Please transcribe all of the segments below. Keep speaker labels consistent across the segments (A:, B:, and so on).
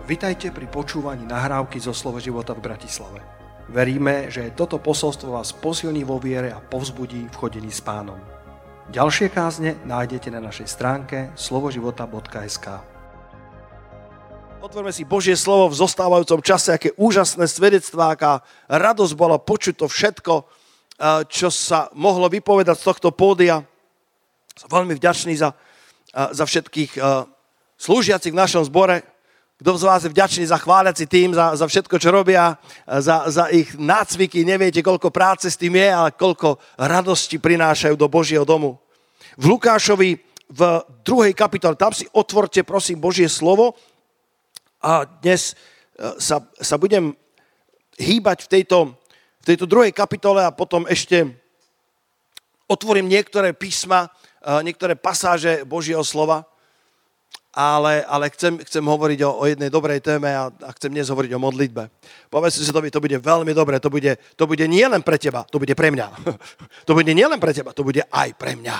A: Vitajte pri počúvaní nahrávky zo Slovo života v Bratislave. Veríme, že toto posolstvo vás posilní vo viere a povzbudí v chodení s Pánom. Ďalšie kázne nájdete na našej stránke slovoživota.sk.
B: Otvorme si Božie slovo v zostávajúcom čase, aké úžasné svedectvá, aká radosť bola počuť to všetko, čo sa mohlo vypovedať z tohto pódia. Som veľmi vďačný za všetkých slúžiacich v našom zbore. Kto z vás je vďačný za chváliaci tým, za všetko, čo robia, za ich nácviky, neviete, koľko práce s tým je, ale koľko radosti prinášajú do Božieho domu. V Lukášovi v 2. kapitole, tam si otvorte, prosím, Božie slovo a dnes sa budem hýbať v tejto 2. kapitole a potom ešte otvorím niektoré písma, niektoré pasáže Božieho slova. Ale chcem hovoriť o jednej dobrej téme a chcem dnes hovoriť o modlitbe. Povedz si, že to bude veľmi dobré, to bude nie len pre teba, to bude pre mňa. To bude nie len pre teba, to bude aj pre mňa.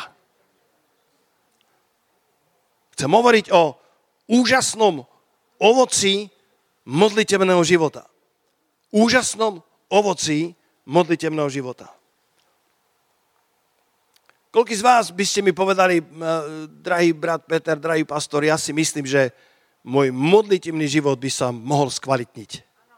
B: Chcem hovoriť o úžasnom ovoci modlitebného života. Úžasnom ovoci modlitebného života. Koľký z vás by ste mi povedali, drahý brat Peter, drahý pastor, ja si myslím, že môj modlitebný život by sa mohol skvalitniť.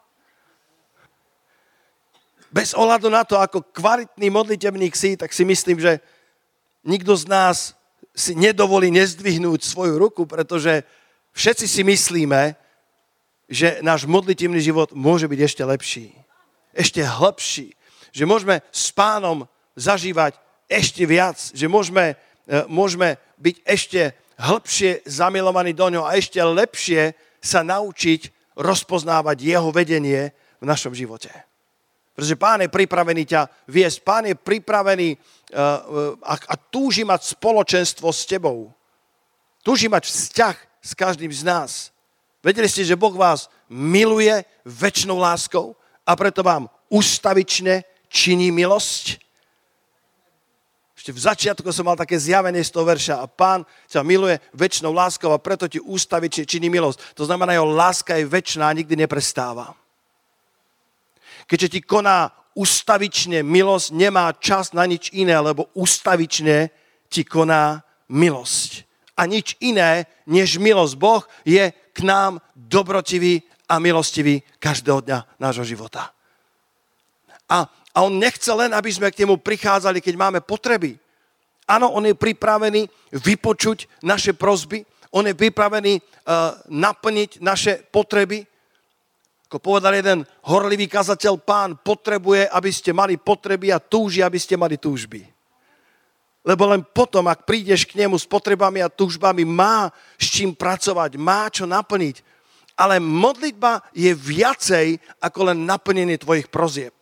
B: Bez ohľadu na to, ako kvalitný modlitebník si, tak si myslím, že nikto z nás si nedovolí nezdvihnúť svoju ruku, pretože všetci si myslíme, že náš modlitebný život môže byť ešte lepší, ešte hlbší, že môžeme s Pánom zažívať ešte viac, že môžeme byť ešte hĺbšie zamilovaní do ňoho a ešte lepšie sa naučiť rozpoznávať jeho vedenie v našom živote. Pretože Pán je pripravený ťa viesť, Pán je pripravený a túži mať spoločenstvo s tebou. Túži mať vzťah s každým z nás. Vedeli ste, že Boh vás miluje večnou láskou a preto vám ustavične činí milosť? Ešte v začiatku som mal také zjavenie z toho verša a Pán ťa miluje večnou láskou a preto ti ústavične činí milosť. To znamená, jeho láska je večná a nikdy neprestáva. Keďže ti koná ustavične milosť, nemá čas na nič iné, lebo ustavične ti koná milosť. A nič iné, než milosť. Boh je k nám dobrotivý a milostivý každého dňa nášho života. A on nechce len, aby sme k nemu prichádzali, keď máme potreby. Áno, on je pripravený vypočuť naše prosby, on je pripravený naplniť naše potreby. Ako povedal jeden horlivý kazateľ, Pán potrebuje, aby ste mali potreby a túži, aby ste mali túžby. Lebo len potom, ak prídeš k nemu s potrebami a túžbami, má s čím pracovať, má čo naplniť. Ale modlitba je viacej ako len naplnenie tvojich prozieb.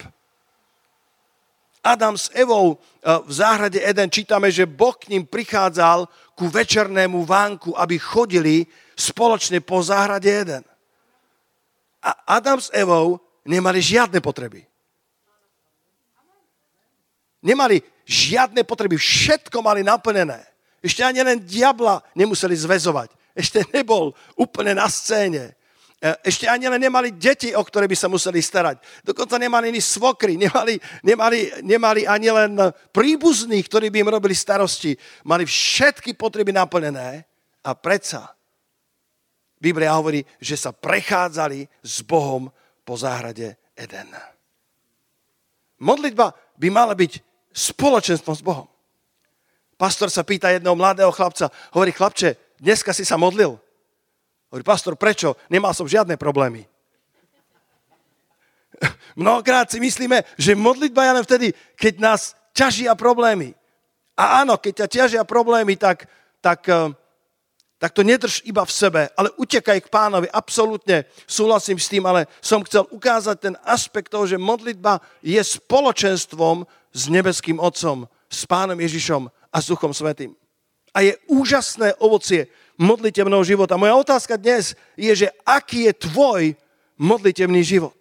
B: Adam s Evou v záhrade Eden čítame, že Boh k ním prichádzal ku večernému vánku, aby chodili spoločne po záhrade Eden. A Adam s Evou nemali žiadne potreby. Nemali žiadne potreby, všetko mali naplnené. Ešte ani len diabla nemuseli zväzovať. Ešte nebol úplne na scéne. Ešte ani len nemali deti, o ktoré by sa museli starať. Dokonca nemali ani svokry, nemali ani len príbuzných, ktorí by im robili starosti. Mali všetky potreby naplnené a predsa Biblia hovorí, že sa prechádzali s Bohom po záhrade Eden. Modlitba by mala byť spoločenstvom s Bohom. Pastor sa pýta jedného mladého chlapca, hovorí, chlapče, dneska si sa modlil? Hovorí, pastor, prečo? Nemal som žiadne problémy. Mnohokrát si myslíme, že modlitba je len vtedy, keď nás ťažia problémy. A áno, keď ťa ťažia problémy, tak to nedrž iba v sebe, ale utekaj k Pánovi. Absolútne súhlasím s tým, ale som chcel ukázať ten aspekt toho, že modlitba je spoločenstvom s nebeským Otcom, s Pánom Ježišom a s Duchom Svätým. A je úžasné ovocie modlitebného života. Moja otázka dnes je, že aký je tvoj modlitebný život?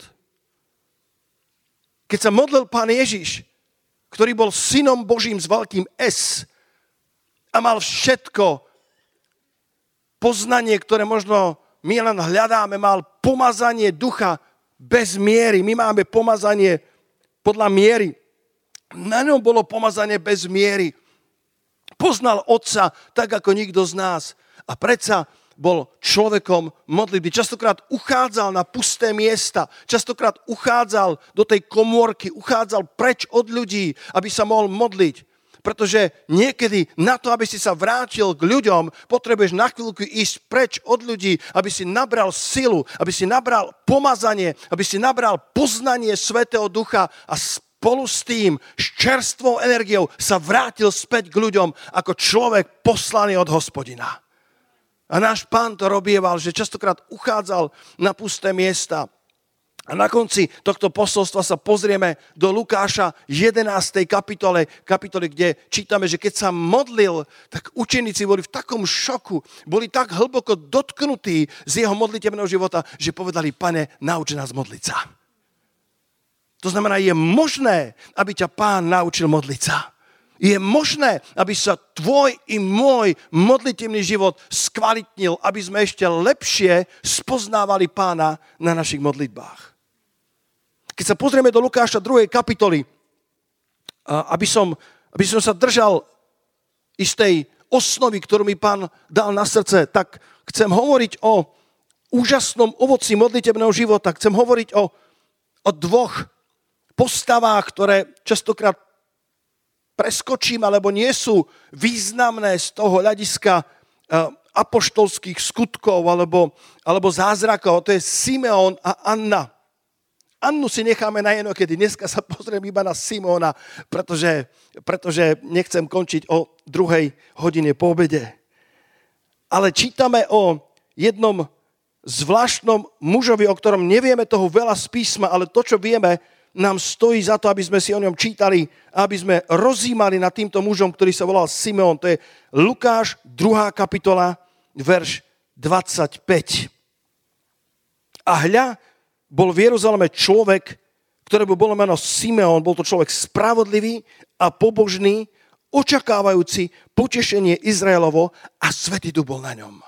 B: Keď sa modlil Pán Ježiš, ktorý bol synom Božím s veľkým S a mal všetko poznanie, ktoré možno Milan hľadáme, mal pomazanie ducha bez miery. My máme pomazanie podľa miery. Na ňom bolo pomazanie bez miery. Poznal Otca tak, ako nikto z nás. A predsa bol človekom modlitby. Častokrát uchádzal na pusté miesta. Častokrát uchádzal do tej komórky. Uchádzal preč od ľudí, aby sa mohol modliť. Pretože niekedy na to, aby si sa vrátil k ľuďom, potrebuješ na chvíľku ísť preč od ľudí, aby si nabral silu, aby si nabral pomazanie, aby si nabral poznanie Svätého Ducha a spolu s tým, s čerstvou energiou sa vrátil späť k ľuďom ako človek poslaný od Hospodina. A náš Pán to robieval, že častokrát uchádzal na pusté miesta. A na konci tohto posolstva sa pozrieme do Lukáša 11. kapitole, kde čítame, že keď sa modlil, tak učeníci boli v takom šoku, boli tak hlboko dotknutí z jeho modlitebného života, že povedali: Pane, nauč nás modliť sa. To znamená, je možné, aby ťa Pán naučil modliť sa. Je možné, aby sa tvoj i môj modlitebný život skvalitnil, aby sme ešte lepšie spoznávali Pána na našich modlitbách. Keď sa pozrieme do Lukáša 2. kapitoly, aby som sa držal istej osnovy, ktorú mi Pán dal na srdce, tak chcem hovoriť o úžasnom ovoci modlitebného života. Chcem hovoriť o dvoch postavách, ktoré častokrát preskočím, alebo nie sú významné z toho hľadiska apoštolských skutkov alebo zázrakov. To je Simeon a Anna. Annu si necháme na inokedy. Dneska sa pozriem iba na Simona, pretože nechcem končiť o 2:00 po obede. Ale čítame o jednom zvláštnom mužovi, o ktorom nevieme toho veľa z písma, ale to, čo vieme, nám stojí za to, aby sme si o ňom čítali, aby sme rozímali nad týmto mužom, ktorý sa volal Simeon. To je Lukáš 2. kapitola, verš 25. A hľa, bol v Jeruzaleme človek, ktorému bolo meno Simeon, bol to človek spravodlivý a pobožný, očakávajúci potešenie Izraelovo a Svätý Duch bol na ňom.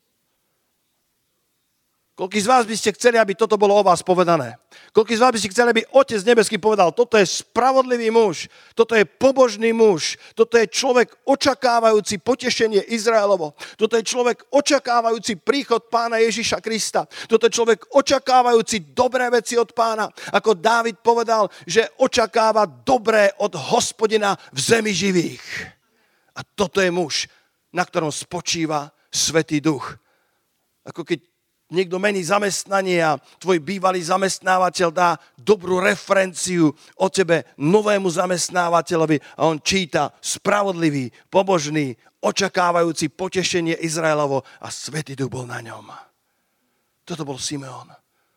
B: Koľký z vás by ste chceli, aby toto bolo o vás povedané? Koľký z vás by ste chceli, aby Otec nebeský povedal: toto je spravodlivý muž, toto je pobožný muž, toto je človek očakávajúci potešenie Izraelovo, toto je človek očakávajúci príchod Pána Ježiša Krista, toto je človek očakávajúci dobré veci od Pána, ako Dávid povedal, že očakáva dobré od Hospodina v zemi živých. A toto je muž, na ktorom spočíva Svätý Duch. Ako keď niekto mení zamestnanie a tvoj bývalý zamestnávateľ dá dobrú referenciu o tebe novému zamestnávateľovi a on číta: spravodlivý, pobožný, očakávajúci potešenie Izraelovo a Svätý Duch bol na ňom. Toto bol Simeon.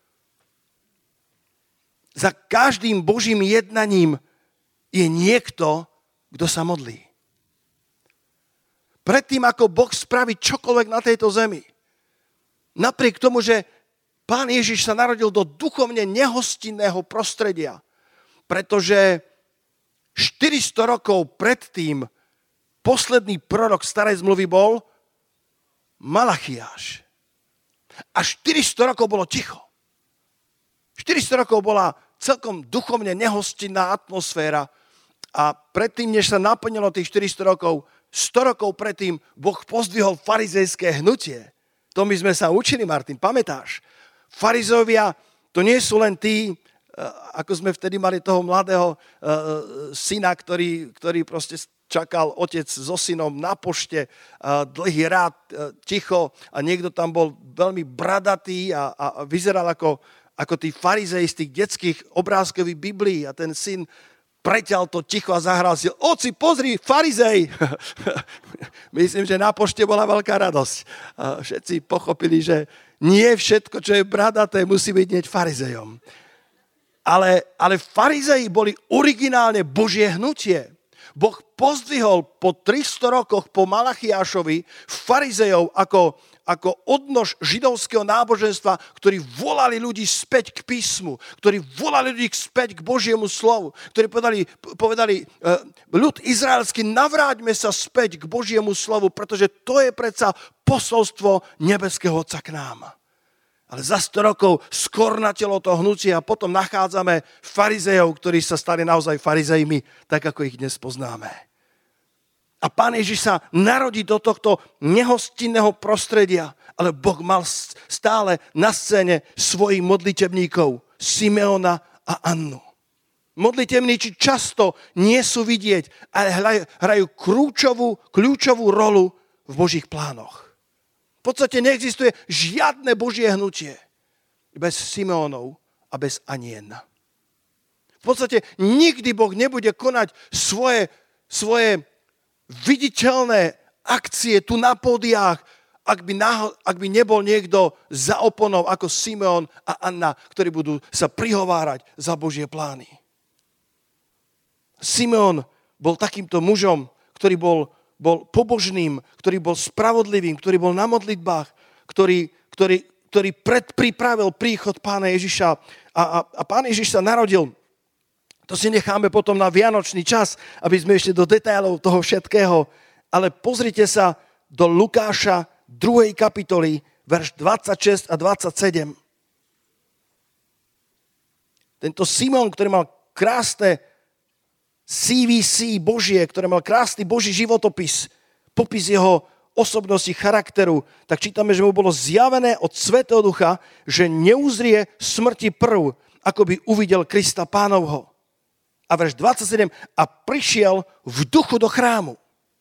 B: Za každým Božím jednaním je niekto, kto sa modlí. Predtým, ako Boh spraví čokoľvek na tejto zemi, napriek tomu, že Pán Ježiš sa narodil do duchovne nehostinného prostredia, pretože 400 rokov predtým posledný prorok starej zmluvy bol Malachiáš. A 400 rokov bolo ticho. 400 rokov bola celkom duchovne nehostinná atmosféra a predtým, než sa naplnilo tých 400 rokov, 100 rokov predtým Boh pozdvihol farizejské hnutie. To my sme sa učili, Martin, pamätáš? Farizovia, to nie sú len tí, ako sme vtedy mali toho mladého syna, ktorý proste čakal otec so synom na pošte, dlhý rád, ticho a niekto tam bol veľmi bradatý a vyzeral ako tí farizei z tých detských obrázkových Biblií a ten syn preťal to ticho a zahral si: oci, pozri, farizej! Myslím, že na pošte bola veľká radosť. A všetci pochopili, že nie všetko, čo je bradaté, musí byť hneď farizejom. Ale farizei boli originálne Božie hnutie. Boh pozdvihol po 300 rokoch po Malachiášovi farizejov ako odnož židovského náboženstva, ktorí volali ľudí späť k písmu, ktorí volali ľudí späť k Božiemu slovu, ktorí povedali ľud izraelský, navráťme sa späť k Božiemu slovu, pretože to je predsa posolstvo nebeského Otca k nám. Ale za 100 rokov skornatelo to hnutie a potom nachádzame farizejov, ktorí sa stali naozaj farizejmi, tak ako ich dnes poznáme. A Pán Ježiš sa narodí do tohto nehostinného prostredia, ale Boh mal stále na scéne svojich modlitebníkov, Simeona a Annu. Modlitebníci často nie sú vidieť, ale hrajú kľúčovú rolu v Božích plánoch. V podstate neexistuje žiadne Božie hnutie bez Simeónov a bez Anien. V podstate nikdy Boh nebude konať svoje viditeľné akcie tu na pódiách, ak by nebol niekto za oponou ako Simeon a Anna, ktorí budú sa prihovárať za Božie plány. Simeon bol takýmto mužom, ktorý bol pobožným, ktorý bol spravodlivým, ktorý bol na modlitbách, ktorý predpripravil príchod Pána Ježiša. A Pán Ježiš sa narodil. To si necháme potom na vianočný čas, aby sme išli do detailov toho všetkého. Ale pozrite sa do Lukáša 2. kapitoly, verš 26 a 27. Tento Simon, ktorý mal krásne CVC Božie, ktoré mal krásny Boží životopis, popis jeho osobnosti, charakteru, tak čítame, že mu bolo zjavené od Svätého Ducha, že neuzrie smrti prv, ako by uvidel Krista Pánovho. A verš 27, a prišiel v duchu do chrámu.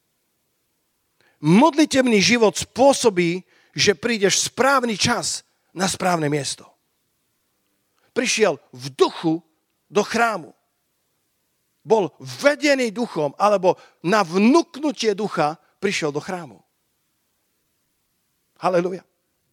B: Modlitebný život spôsobí, že prídeš v správny čas na správne miesto. Prišiel v duchu do chrámu. Bol vedený duchom, alebo na vnuknutie ducha prišiel do chrámu. Haleluja.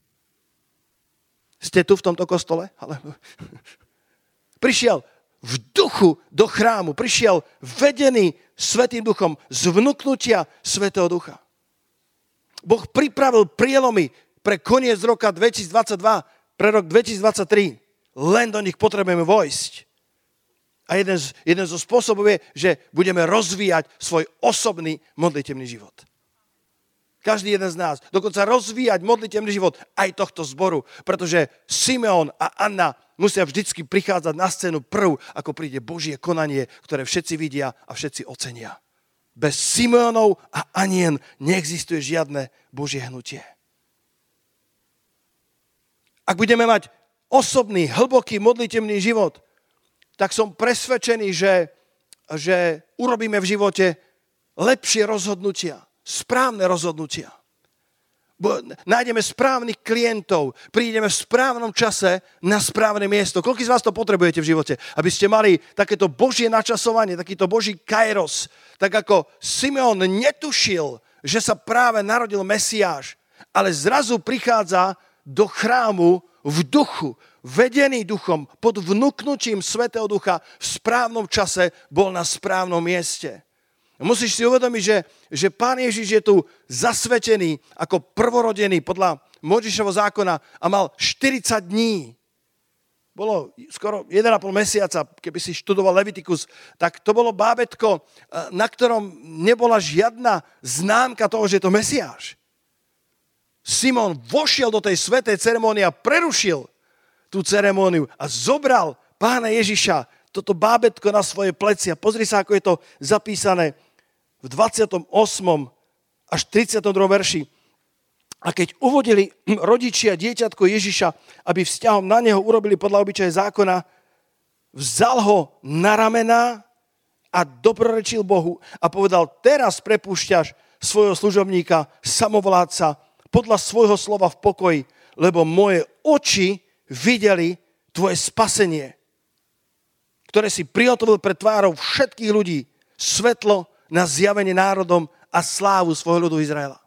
B: Ste tu v tomto kostole? Haleluja. Prišiel v duchu do chrámu. Prišiel vedený Svätým duchom z vnuknutia Svätého ducha. Boh pripravil prielomy pre koniec roka 2022, pre rok 2023. Len do nich potrebujeme vojsť. A jeden zo spôsobov je, že budeme rozvíjať svoj osobný modlitebný život. Každý jeden z nás. Dokonca rozvíjať modlitebný život aj tohto zboru. Pretože Simeon a Anna musia vždycky prichádzať na scénu prv, ako príde Božie konanie, ktoré všetci vidia a všetci ocenia. Bez Simeonov a Anien neexistuje žiadne Božie hnutie. Ak budeme mať osobný, hlboký modlitebný život, tak som presvedčený, že urobíme v živote lepšie rozhodnutia, správne rozhodnutia. Nájdeme správnych klientov, prídeme v správnom čase na správne miesto. Koľko z vás to potrebujete v živote? Aby ste mali takéto Božie načasovanie, takýto Boží kairos. Tak ako Simeon netušil, že sa práve narodil Mesiáš, ale zrazu prichádza do chrámu v duchu, vedený duchom, pod vnuknutím Svätého Ducha, v správnom čase bol na správnom mieste. Musíš si uvedomiť, že Pán Ježiš je tu zasvetený ako prvorodený podľa Mojžišovho zákona a mal 40 dní. Bolo skoro 1,5 mesiaca, keby si študoval Levitikus, tak to bolo bábätko, na ktorom nebola žiadna známka toho, že je to Mesiáš. Simon vošiel do tej svätej ceremónie a prerušil tú ceremóniu a zobral Pána Ježiša, toto bábätko na svoje plecia. Pozri sa, ako je to zapísané v 28. až 32. verši. A keď uvodili rodičia dieťatko Ježiša, aby vzťahom na neho urobili podľa obyčaje zákona, vzal ho na ramená a dobrorečil Bohu a povedal, teraz prepúšťaš svojho služobníka, samovládca, podľa svojho slova v pokoji, lebo moje oči videli tvoje spasenie, ktoré si prihotovil pred tvárou všetkých ľudí, svetlo na zjavenie národom a slávu svojho ľudu Izraela.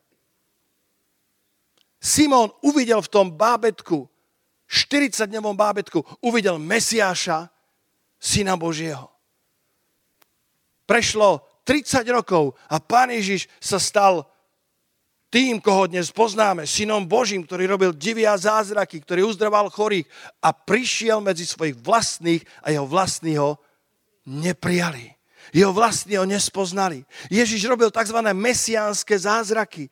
B: Simón uvidel v tom bábätku, 40-dňovom bábätku, uvidel Mesiáša, Syna Božieho. Prešlo 30 rokov a Pán Ježiš sa stal tým, koho dnes poznáme, Synom Božím, ktorý robil divy a zázraky, ktorý uzdraval chorých a prišiel medzi svojich vlastných a jeho vlastní ho neprijali. Jeho vlastní ho nespoznali. Ježiš robil tzv. Mesiánske zázraky.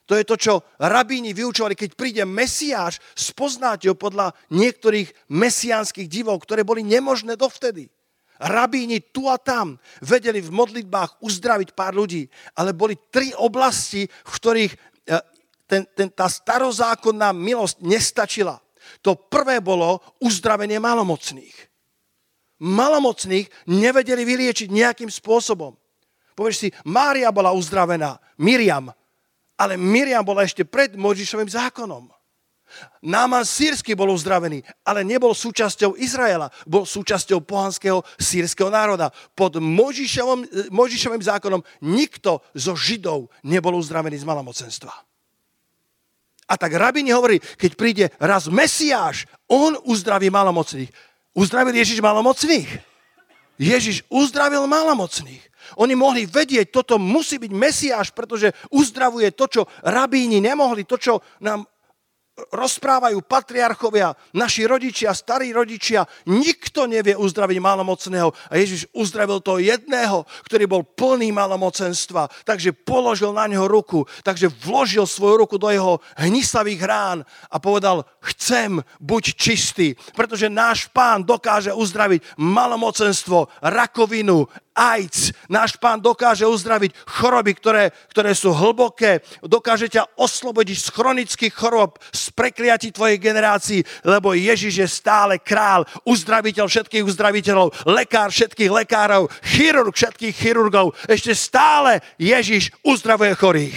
B: To je to, čo rabíni vyučovali. Keď príde Mesiáš, spoznáte ho podľa niektorých mesiánskych divov, ktoré boli nemožné dovtedy. Rabíni tu a tam vedeli v modlitbách uzdraviť pár ľudí, ale boli 3 oblasti, v ktorých tá starozákonná milosť nestačila. To prvé bolo uzdravenie malomocných. Malomocných nevedeli vyliečiť nejakým spôsobom. Povieš si, Mária bola uzdravená, Miriam, ale Miriam bola ešte pred Mojžišovým zákonom. Náman sírsky bol uzdravený, ale nebol súčasťou Izraela, bol súčasťou pohanského sírskeho národa. Pod Mojžišovým zákonom nikto zo Židov nebol uzdravený z malomocenstva. A tak rabíni hovorí, keď príde raz Mesiáš, on uzdraví malomocných. Uzdravil Ježiš malomocných? Ježiš uzdravil malomocných. Oni mohli vedieť, toto musí byť Mesiáš, pretože uzdravuje to, čo rabíni nemohli, to, čo nám rozprávajú patriarchovia, naši rodičia, starí rodičia. Nikto nevie uzdraviť malomocného. A Ježiš uzdravil toho jedného, ktorý bol plný malomocenstva. Takže položil na neho ruku. Takže vložil svoju ruku do jeho hnisavých rán a povedal, chcem, buď čistý. Pretože náš Pán dokáže uzdraviť malomocenstvo, rakovinu, AIDS. Náš Pán dokáže uzdraviť choroby, ktoré sú hlboké. Dokáže ťa oslobodiť z chronických chorób, z prekliatí tvojej generácií, lebo Ježiš je stále král, uzdraviteľ všetkých uzdraviteľov, lekár všetkých lekárov, chirurg všetkých chirurgov. Ešte stále Ježiš uzdravuje chorých.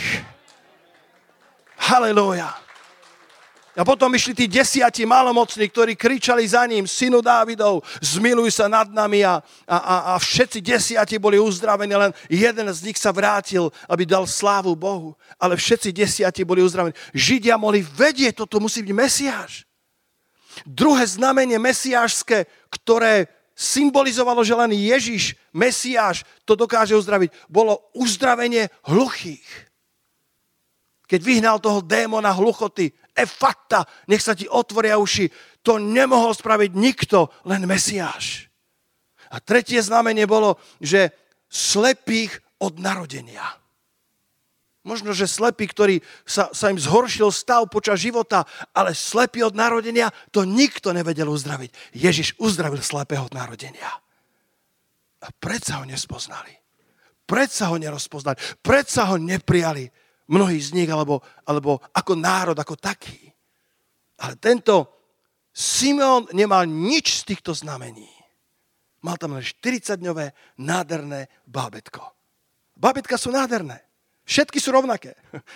B: Halelúja. A potom išli tí 10 malomocní, ktorí kričali za ním, synu Dávidov, zmiluj sa nad nami a všetci 10 boli uzdravení, len jeden z nich sa vrátil, aby dal slávu Bohu. Ale všetci 10 boli uzdravení. Židia mohli vedieť, toto musí byť Mesiáš. Druhé znamenie mesiášske, ktoré symbolizovalo, že len Ježiš, Mesiáš, to dokáže uzdraviť, bolo uzdravenie hluchých. Keď vyhnal toho démona hluchoty, Efata, nech sa ti otvoria uši, to nemohol spraviť nikto, len Mesiáš. A tretie znamenie bolo, že slepých od narodenia. Možno, že slepí, ktorý sa im zhoršil stav počas života, ale slepí od narodenia, to nikto nevedel uzdraviť. Ježiš uzdravil slepého od narodenia. A predsa ho nespoznali. Predsa ho nerozpoznali. Predsa ho neprijali. Mnohí z nich, alebo ako národ, ako taký. Ale tento Simeon nemal nič z týchto znamení. Mal tam len 40-dňové nádherné bábätko. Bábätka sú nádherné. Všetky sú rovnaké.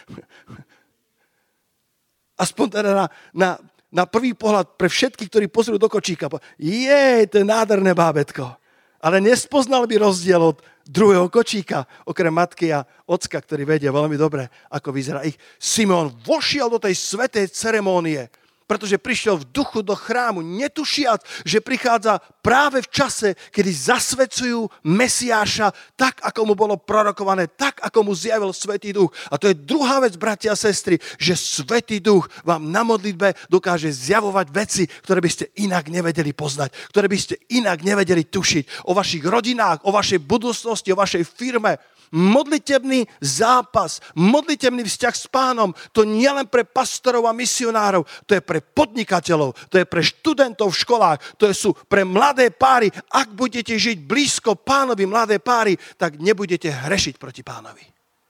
B: Aspoň teda na prvý pohľad pre všetkých, ktorí pozrú do kočíka. To je nádherné bábätko. Ale nespoznal by rozdiel od druhého kočíka, okrem matky a ocka, ktorí vedia veľmi dobre, ako vyzerá ich. Simeon vošiel do tej svätej ceremónie, pretože prišiel v duchu do chrámu, netušiac, že prichádza práve v čase, kedy zasvedcujú Mesiáša tak, ako mu bolo prorokované, tak, ako mu zjavil Svätý Duch. A to je druhá vec, bratia a sestry, že Svätý Duch vám na modlitbe dokáže zjavovať veci, ktoré by ste inak nevedeli poznať, ktoré by ste inak nevedeli tušiť o vašich rodinách, o vašej budúcnosti, o vašej firme. Modlitebný zápas, modlitebný vzťah s Pánom, to nie len pre pastorov a misionárov, to je pre podnikateľov, to je pre študentov v školách, to sú pre mladé páry. Ak budete žiť blízko Pánovi, mladé páry, tak nebudete hrešiť proti Pánovi.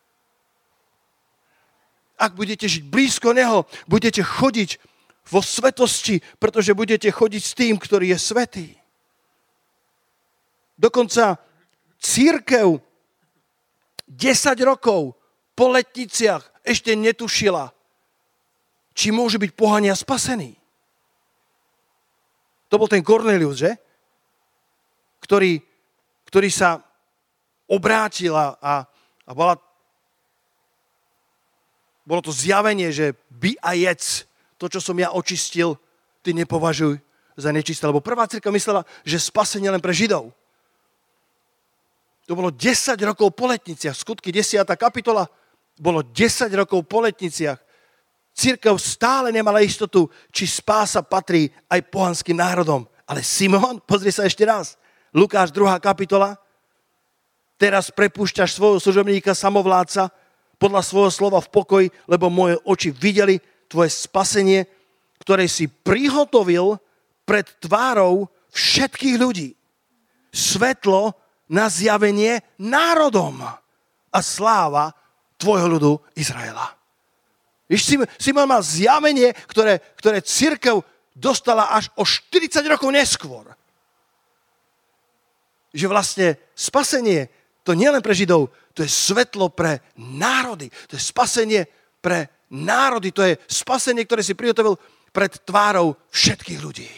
B: Ak budete žiť blízko Neho, budete chodiť vo svetosti, pretože budete chodiť s tým, ktorý je svätý. Dokonca cirkev 10 rokov po letniciach ešte netušila, či môžu byť pohania spasení. To bol ten Kornélius, že? Ktorý sa obrátil a bolo to zjavenie, že by a jedz, to, čo som ja očistil, ty nepovažuj za nečisté. Lebo prvá cirkev myslela, že spasenie len pre Židov. To bolo 10 rokov po letniciach. Skutky 10. kapitola bolo 10 rokov po letniciach. Cirkev stále nemala istotu, či spása patrí aj pohanským národom. Ale Simon, pozri sa ešte raz. Lukáš 2. kapitola. Teraz prepúšťaš svojho služobníka samovládca, podľa svojho slova v pokoji, lebo moje oči videli tvoje spasenie, ktoré si prihotovil pred tvárou všetkých ľudí. Svetlo na zjavenie národom a sláva tvojho ľudu Izraela. Simeon mal zjavenie, ktoré cirkev dostala až o 40 rokov neskôr. Že vlastne spasenie, to nie len pre Židov, to je svetlo pre národy. To je spasenie pre národy. To je spasenie, ktoré si prihotovil pred tvárou všetkých ľudí.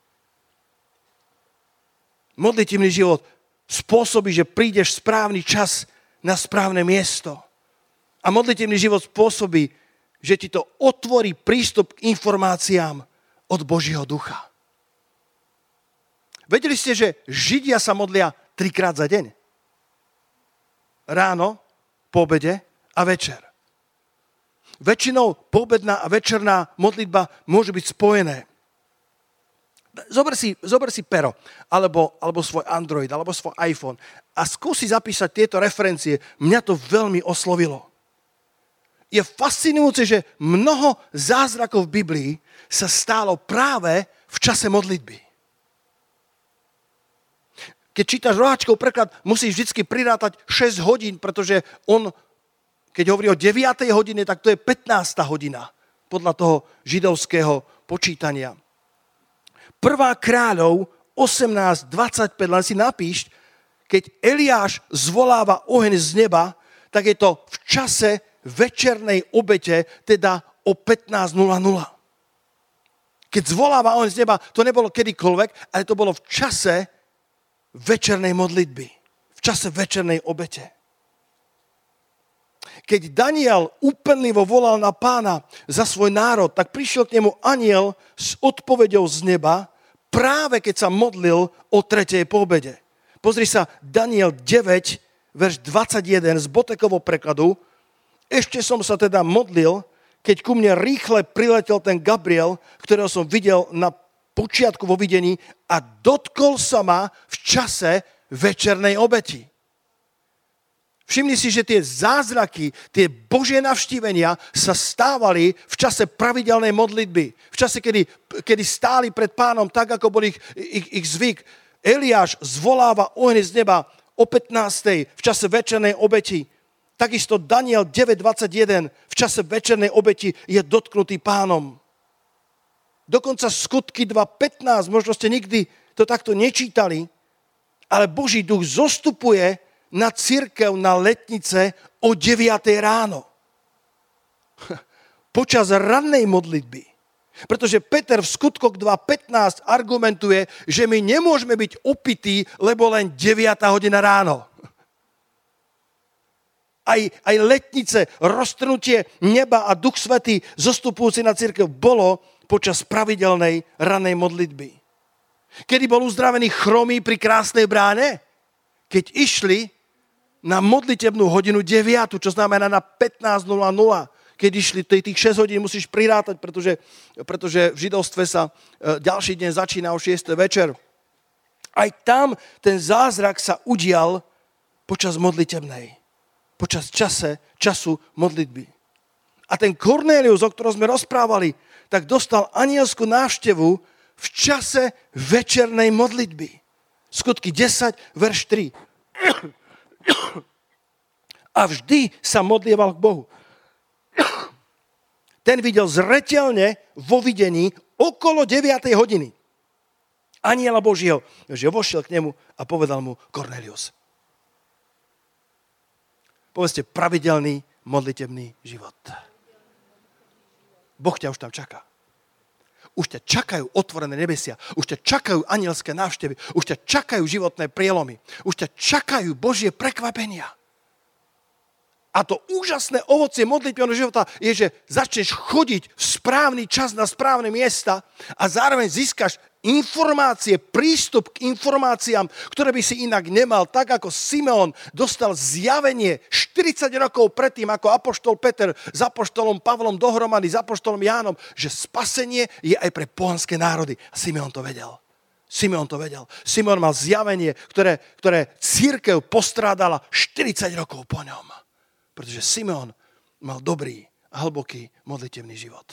B: Modlitebný život spôsobí, že prídeš v správny čas na správne miesto. A modlitebný život spôsobí, že ti to otvorí prístup k informáciám od Božieho ducha. Vedeli ste, že Židia sa modlia 3-krát za deň? Ráno, po obede a večer. Väčšinou poobedná a večerná modlitba môže byť spojené. Zober si pero, alebo svoj Android, alebo svoj iPhone a skúsi zapísať tieto referencie. Mňa to veľmi oslovilo. Je fascinujúce, že mnoho zázrakov v Biblii sa stálo práve v čase modlitby. Keď čítaš roháčkov preklad, musíš vždy prirátať 6 hodín, pretože on, keď hovorí o 9. hodine, tak to je 15. hodina podľa toho židovského počítania. 1. kráľov 18.25, len si napíš, keď Eliáš zvoláva oheň z neba, tak je to v čase večernej obete, teda o 15.00. Keď zvoláva oheň z neba, to nebolo kedykoľvek, ale to bolo v čase večernej modlitby, v čase večernej obete. Keď Daniel úpenlivo volal na Pána za svoj národ, tak prišiel k nemu anjel s odpoveďou z neba, práve keď sa modlil o 3. po obede. Pozri sa, Daniel 9, verš 21 z Botekovho prekladu. Ešte som sa teda modlil, keď ku mne rýchle priletel ten Gabriel, ktorého som videl na počiatku vo videní a dotkol sa ma v čase večernej obeti. Všimni si, že tie zázraky, tie Božie navštívenia sa stávali v čase pravidelnej modlitby. V čase, kedy stáli pred Pánom tak, ako bol ich zvyk. Eliáš zvoláva oheň z neba o 15. v čase večernej obeti. Takisto Daniel 9.21 v čase večernej obeti je dotknutý Pánom. Dokonca Skutky 2.15, možno ste nikdy to takto nečítali, ale Boží duch zostupuje na cirkev, na letnice o 9 ráno. Počas rannej modlitby. Pretože Peter v Skutkoch 2.15 argumentuje, že my nemôžeme byť opití, lebo len 9 hodina ráno. Aj letnice, roztrnutie neba a Duch Svätý zostupujúci na cirkev bolo počas pravidelnej rannej modlitby. Kedy bol uzdravený chromý pri Krásnej bráne? Keď išli na modlitebnú hodinu 9, čo znamená na 15.00. Keď išli tých 6 hodín, musíš prirátať, pretože v židovstve sa ďalší deň začína o 6. večer. Aj tam ten zázrak sa udial počas modlitebnej. Počas času modlitby. A ten Kornélius, o ktorom sme rozprávali, tak dostal anielskú návštevu v čase večernej modlitby. Skutky 10, verš 3. A vždy sa modlieval k Bohu. Ten videl zreteľne vo videní okolo 9. hodiny. Anjela Božieho, že vošiel k nemu a povedal mu Kornélius. Povedzte, pravidelný modlitebný život. Boh ťa už tam čaká. Už ťa čakajú otvorené nebesia. Už ťa čakajú anielské návštevy. Už ťa čakajú životné prielomy. Už ťa čakajú Božie prekvapenia. A to úžasné ovocie modlitebného života je, že začneš chodiť v správny čas na správne miesta a zároveň získaš informácie, prístup k informáciám, ktoré by si inak nemal. Tak ako Simeon dostal zjavenie 40 rokov predtým, ako apoštol Peter s apoštolom Pavlom dohromady, s apoštolom Jánom, že spasenie je aj pre pohanské národy. A Simeon to vedel. Simeon mal zjavenie, ktoré cirkev postrádala 40 rokov po ňom. Pretože Simeon mal dobrý a hlboký modlitebný život.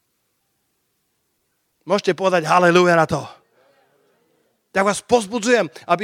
B: Môžete povedať haleluja na to. Tak vás pozbudzujem, aby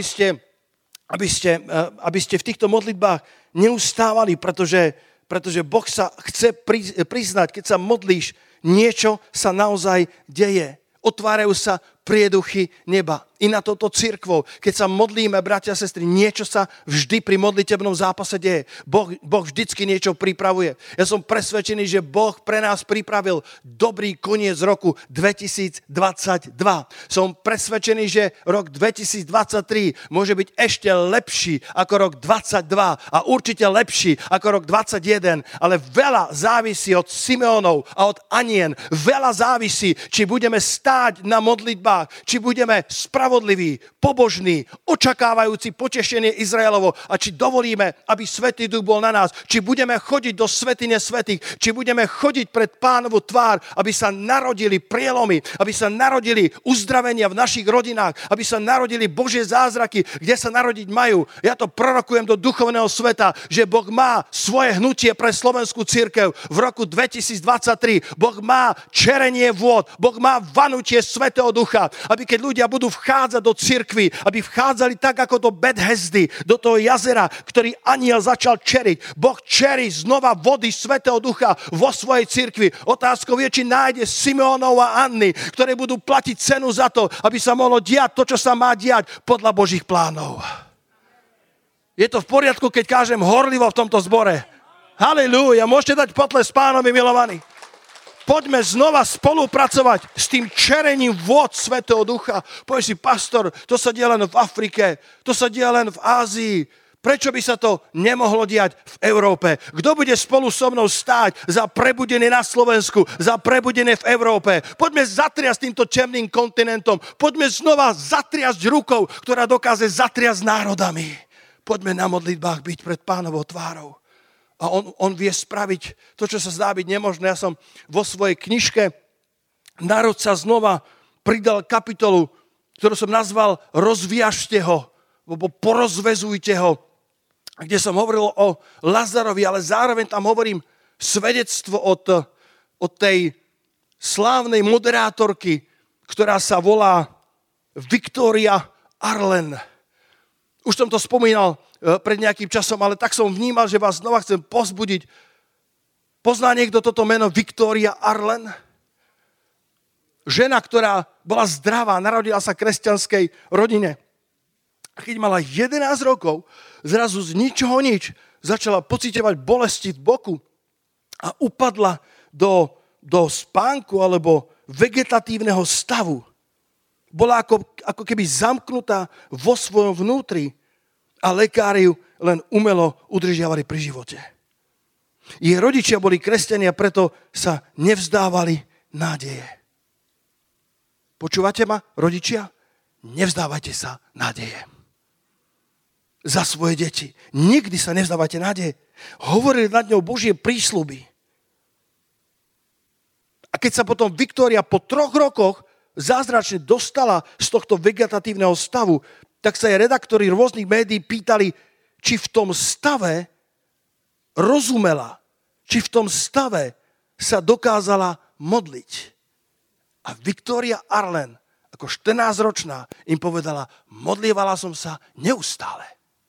B: ste v týchto modlitbách neustávali, pretože Boh sa chce priznať, keď sa modlíš, niečo sa naozaj deje. Otvárajú sa prieduchy neba. I na toto cirkvou, keď sa modlíme, bratia a sestry, niečo sa vždy pri modlitebnom zápase deje. Boh vždycky niečo pripravuje. Ja som presvedčený, že Boh pre nás pripravil dobrý koniec roku 2022. Som presvedčený, že rok 2023 môže byť ešte lepší ako rok 2022 a určite lepší ako rok 2021, ale veľa závisí od Simeonov a od Anien. Veľa závisí, či budeme stáť na modlitbách, či budeme spravodliví, pobožní, očakávajúci potešenie Izraelovo a či dovolíme, aby Svätý Duch bol na nás, či budeme chodiť do svätyne svätých, či budeme chodiť pred Pánovu tvár, aby sa narodili prielomy, aby sa narodili uzdravenia v našich rodinách, aby sa narodili Božie zázraky, kde sa narodiť majú. Ja to prorokujem do duchovného sveta, že Boh má svoje hnutie pre slovenskú cirkev v roku 2023. Boh má čerenie vôd, Boh má vanutie Svätého Ducha, aby keď ľudia budú vchádzať do cirkvi, aby vchádzali tak ako do Bethesdy, do toho jazera, ktorý anjel začal čeriť. Boh čerí znova vody Svätého Ducha vo svojej cirkvi. Otázkou je, či nájde Simeonov a Anny, ktoré budú platiť cenu za to, aby sa mohlo diať to, čo sa má diať podľa Božích plánov. Je to v poriadku, keď kážem horlivo v tomto zbore. Halelúja, môžete dať potles Pánovi, milovaní. Poďme znova spolupracovať s tým čerením vôd Svätého Ducha. Povieš si, pastor, to sa deje len v Afrike, to sa deje len v Ázii. Prečo by sa to nemohlo diať v Európe? Kto bude spolu so mnou stáť za prebudenie na Slovensku, za prebudenie v Európe? Poďme zatriasť týmto temným kontinentom. Poďme znova zatriasť rukou, ktorá dokáže zatriasť národami. Poďme na modlitbách byť pred Pánovou tvárou. A on vie spraviť to, čo sa zdá byť nemožné. Ja som vo svojej knižke Národ sa znova pridal kapitolu, ktorú som nazval Rozviažte ho, alebo porozvezujte ho, kde som hovoril o Lazarovi, ale zároveň tam hovorím svedectvo od tej slávnej moderátorky, ktorá sa volá Victoria Arlen. Už som to spomínal pred nejakým časom, ale tak som vnímal, že vás znova chcem povzbudiť. Pozná niekto toto meno Victoria Arlen? Žena, ktorá bola zdravá, narodila sa v kresťanskej rodine. A keď mala 11 rokov, zrazu z ničoho nič začala pociťovať bolesti v boku a upadla do spánku alebo vegetatívneho stavu. Bola ako keby zamknutá vo svojom vnútri a lekári ju len umelo udržiavali pri živote. Jej rodičia boli kresťania, preto sa nevzdávali nádeje. Počúvate ma, rodičia? Nevzdávajte sa nádeje. Za svoje deti. Nikdy sa nevzdávajte nádeje. Hovorili nad ňou Božie prísľuby. A keď sa potom Viktória po 3 rokoch zázračne dostala z tohto vegetatívneho stavu, tak sa aj redaktori rôznych médií pýtali, či v tom stave rozumela, či v tom stave sa dokázala modliť. A Victoria Arlen, ako 14-ročná, im povedala, modlievala som sa neustále.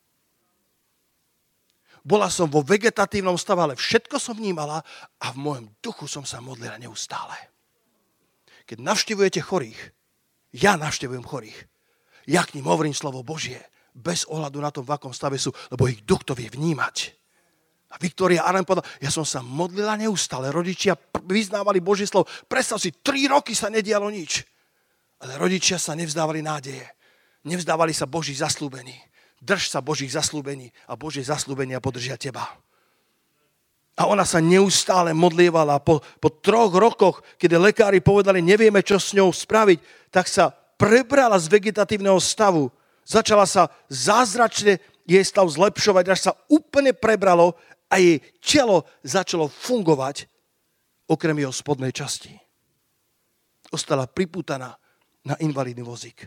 B: Bola som vo vegetatívnom stave, ale všetko som vnímala a v môjom duchu som sa modlila neustále. Keď navštevujete chorých, ja navštevujem chorých, ja k ním hovorím slovo Božie, bez ohľadu na to, v akom stave sú, lebo ich duch to vie vnímať. A Victoria Arlen povedala, ja som sa modlila neustále, rodičia vyznávali Božie slovo. Predstav si, 3 roky sa nedialo nič. Ale rodičia sa nevzdávali nádeje. Nevzdávali sa Božích zasľúbení. Drž sa Božích zasľúbení a Božie zasľúbenia podržia teba. A ona sa neustále modlievala. Po 3 rokoch, keď lekári povedali, nevieme, čo s ňou spraviť, tak sa prebrala z vegetatívneho stavu. Začala sa zázračne jej stav zlepšovať, až sa úplne prebralo a jej telo začalo fungovať okrem jeho spodnej časti. Ostala pripútaná na invalidný vozík.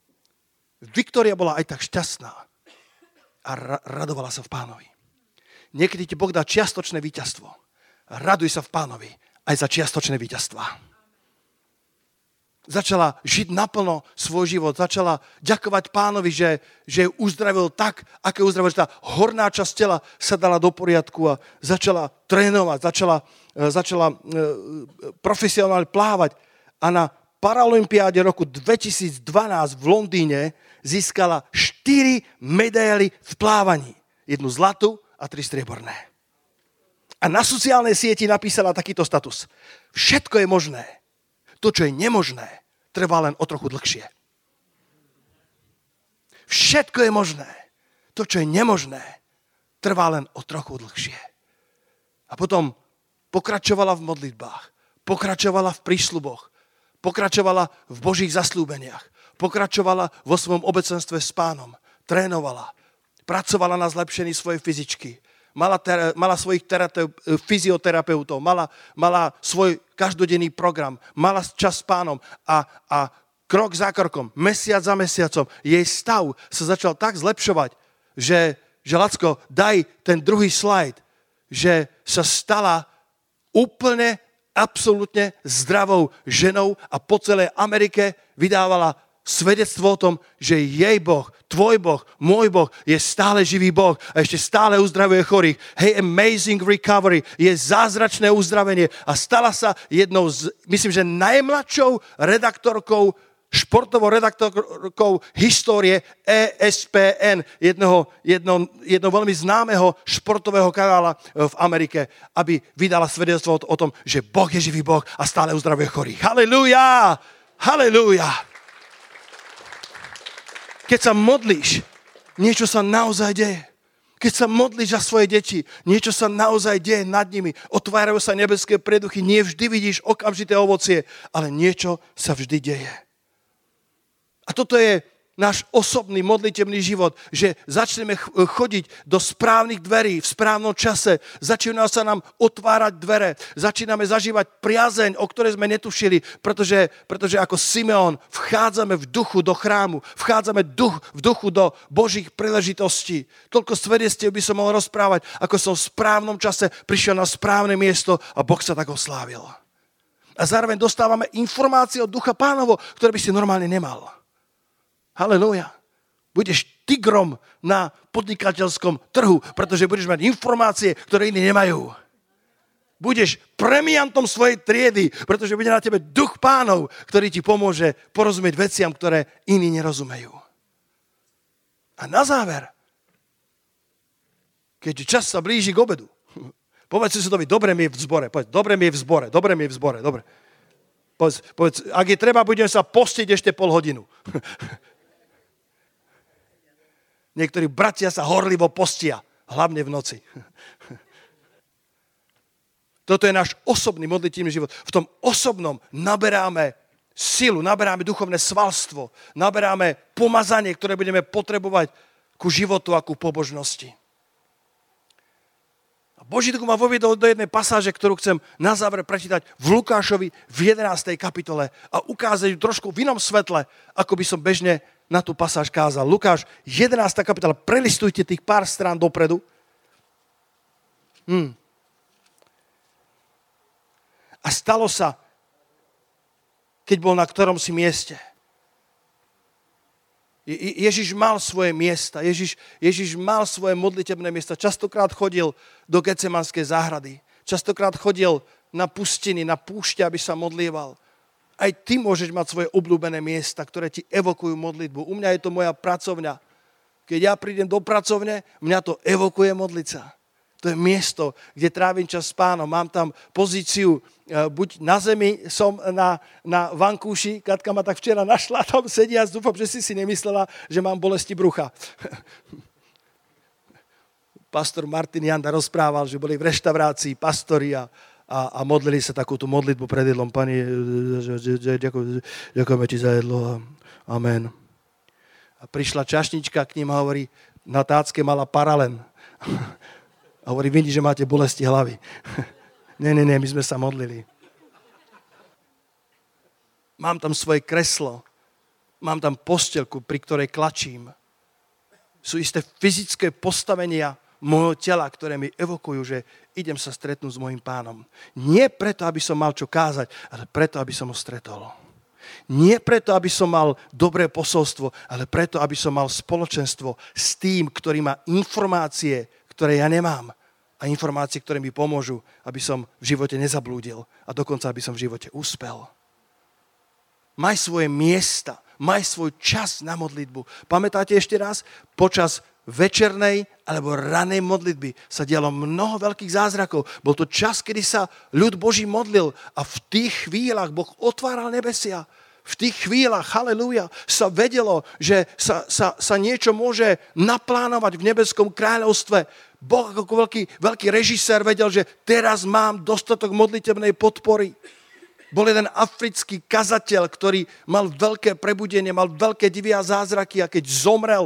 B: Viktória bola aj tak šťastná a radovala sa v Pánovi. Niekedy ti Boh dá čiastočné víťazstvo. Raduj sa v Pánovi aj za čiastočné víťazstvá. Začala žiť naplno svoj život. Začala ďakovať Pánovi, že ju uzdravil tak, ako uzdravil, že tá horná časť tela sa dala do poriadku a začala trénovať, začala profesionálne plávať. A na Paralympiáde roku 2012 v Londýne získala 4 medaily v plávaní. 1 zlatú a 3 strieborné. A na sociálnej sieti napísala takýto status. Všetko je možné. To, čo je nemožné, trvá len o trochu dlhšie. Všetko je možné. To, čo je nemožné, trvá len o trochu dlhšie. A potom pokračovala v modlitbách, pokračovala v prísľuboch, pokračovala v Božích zasľúbeniach, pokračovala vo svojom obecenstve s Pánom, trénovala, pracovala na zlepšení svojej fyzičky, mala svojich fyzioterapeutov, mala svoj každodenný program, mala čas s Pánom a krok za krokom, mesiac za mesiacom, jej stav sa začal tak zlepšovať, že Lacko, daj ten druhý slajd, že sa stala úplne, absolútne zdravou ženou a po celej Amerike vydávala svedectvo o tom, že jej Boh, tvoj Boh, môj Boh je stále živý Boh a ešte stále uzdravuje chorých. Hey, amazing recovery, je zázračné uzdravenie a stala sa jednou z, myslím, že najmladšou redaktorkou, športovou redaktorkou histórie ESPN, jedno veľmi známeho športového kanála v Amerike, aby vydala svedectvo o tom, že Boh je živý Boh a stále uzdravuje chorých. Halelúja! Halelúja! Keď sa modlíš, niečo sa naozaj deje. Keď sa modlíš za svoje deti, niečo sa naozaj deje nad nimi. Otvárajú sa nebeské preduchy, nie vždy vidíš okamžité ovocie, ale niečo sa vždy deje. A toto je náš osobný modlitebný život, že začneme chodiť do správnych dverí v správnom čase, začínajú sa nám otvárať dvere, začíname zažívať priazeň, o ktorej sme netušili, pretože ako Simeon vchádzame v duchu do chrámu, vchádzame v duchu do Božích príležitostí. Toľko svedectiev by som mohol rozprávať, ako som v správnom čase prišiel na správne miesto a Boh sa tak oslávil. A zároveň dostávame informácie od Ducha Pánovo, ktoré by si normálne nemal. Halelúja. Budeš tigrom na podnikateľskom trhu, pretože budeš mať informácie, ktoré iní nemajú. Budeš premiantom svojej triedy, pretože bude na tebe Duch Pánov, ktorý ti pomôže porozumieť veciam, ktoré iní nerozumejú. A na záver, keď čas sa blíži k obedu, povedz susedovi, dobre mi je v zbore. Povedz, dobre mi je v zbore, dobre mi je v zbore, dobre. Povedz, ak je treba, budem sa postiť ešte pol hodinu. Niektorí bratia sa horlivo postia, hlavne v noci. Toto je náš osobný modlitebný život. V tom osobnom naberáme silu, naberáme duchovné svalstvo, naberáme pomazanie, ktoré budeme potrebovať ku životu a ku pobožnosti. A Boží duch ma voviedol do jednej pasáže, ktorú chcem na záver prečítať v Lukášovi v 11. kapitole a ukázať ju trošku v inom svetle, ako by som bežne na tú pasáž kázal. Lukáš, 11. kapitola, prelistujte tých pár strán dopredu. A stalo sa, keď bol na ktorom si mieste. Ježiš mal svoje miesta, Ježiš mal svoje modlitebné miesta. Častokrát chodil do Getsemanskej záhrady. Častokrát chodil na pustiny, na púšte, aby sa modlieval. Aj ty môžeš mať svoje obľúbené miesta, ktoré ti evokujú modlitbu. U mňa je to moja pracovňa. Keď ja prídem do pracovne, mňa to evokuje modliť sa. To je miesto, kde trávim čas s Pánom. Mám tam pozíciu, buď na zemi, som na vankúši. Katka ma tak včera našla, tam sedia. Dúfam, že si nemyslela, že mám bolesti brucha. Pastor Martin Janda rozprával, že boli v reštaurácii pastori a modlili sa takúto modlitbu pred jedlom. Pani, ďakujeme ti za jedlo. Amen. A prišla čašnička k ním a hovorí, na tácke mala paralen. A hovorí, vidí, že máte bolesti hlavy. Nie, my sme sa modlili. Mám tam svoje kreslo. Mám tam posteľku, pri ktorej klačím. Sú isté fyzické postavenia môjho tela, ktoré mi evokujú, že idem sa stretnúť s mojim Pánom. Nie preto, aby som mal čo kázať, ale preto, aby som ho stretol. Nie preto, aby som mal dobré posolstvo, ale preto, aby som mal spoločenstvo s tým, ktorý má informácie, ktoré ja nemám. A informácie, ktoré mi pomôžu, aby som v živote nezablúdil a dokonca, aby som v živote úspel. Maj svoje miesta, maj svoj čas na modlitbu. Pamätáte ešte raz? Počas večernej alebo ranej modlitby sa dialo mnoho veľkých zázrakov. Bol to čas, kedy sa ľud Boží modlil a v tých chvíľach Boh otváral nebesia. V tých chvíľach, halelúja, sa vedelo, že sa niečo môže naplánovať v nebeskom kráľovstve. Boh ako veľký režisér vedel, že teraz mám dostatok modlitebnej podpory. Bol jeden africký kazateľ, ktorý mal veľké prebudenie, mal veľké divy a zázraky a keď zomrel,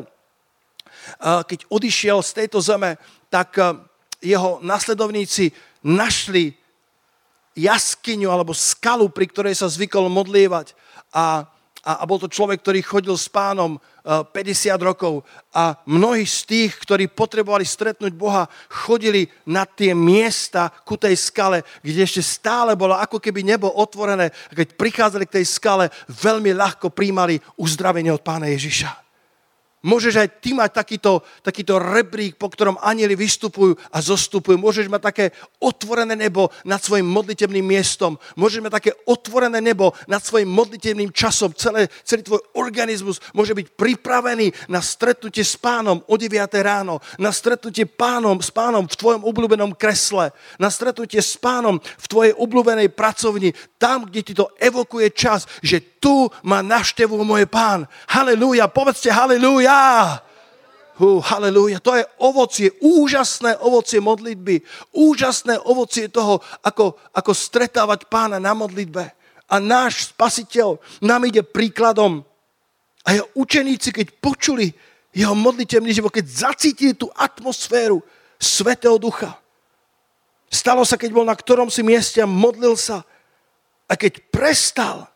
B: keď odišiel z tejto zeme, tak jeho nasledovníci našli jaskyňu alebo skalu, pri ktorej sa zvykol modlievať. A bol to človek, ktorý chodil s Pánom 50 rokov a mnohí z tých, ktorí potrebovali stretnúť Boha, chodili na tie miesta ku tej skale, kde ešte stále bolo ako keby nebo otvorené. A keď prichádzali k tej skale, veľmi ľahko príjmali uzdravenie od Pána Ježiša. Môžeš aj ty mať takýto rebrík, po ktorom anjeli vystupujú a zostupujú. Môžeš mať také otvorené nebo nad svojim modlitebným miestom. Môžeš mať také otvorené nebo nad svojim modlitebným časom. Celý tvoj organizmus môže byť pripravený na stretnutie s Pánom o 9 ráno. Na stretnutie s Pánom v tvojom obľúbenom kresle. Na stretnutie s Pánom v tvojej obľúbenej pracovni. Tam, kde ti to evokuje čas, že tu ma navštevuje môj Pán. Halelúja, povedzte halelúja. Halelúja. To je ovocie, úžasné ovocie modlitby. Úžasné ovocie toho, ako stretávať Pána na modlitbe. A náš Spasiteľ nám ide príkladom. A jeho učeníci, keď počuli jeho modlitebný život, keď zacítili tú atmosféru Svätého Ducha. Stalo sa, keď bol na ktorom si mieste a modlil sa. A keď prestal,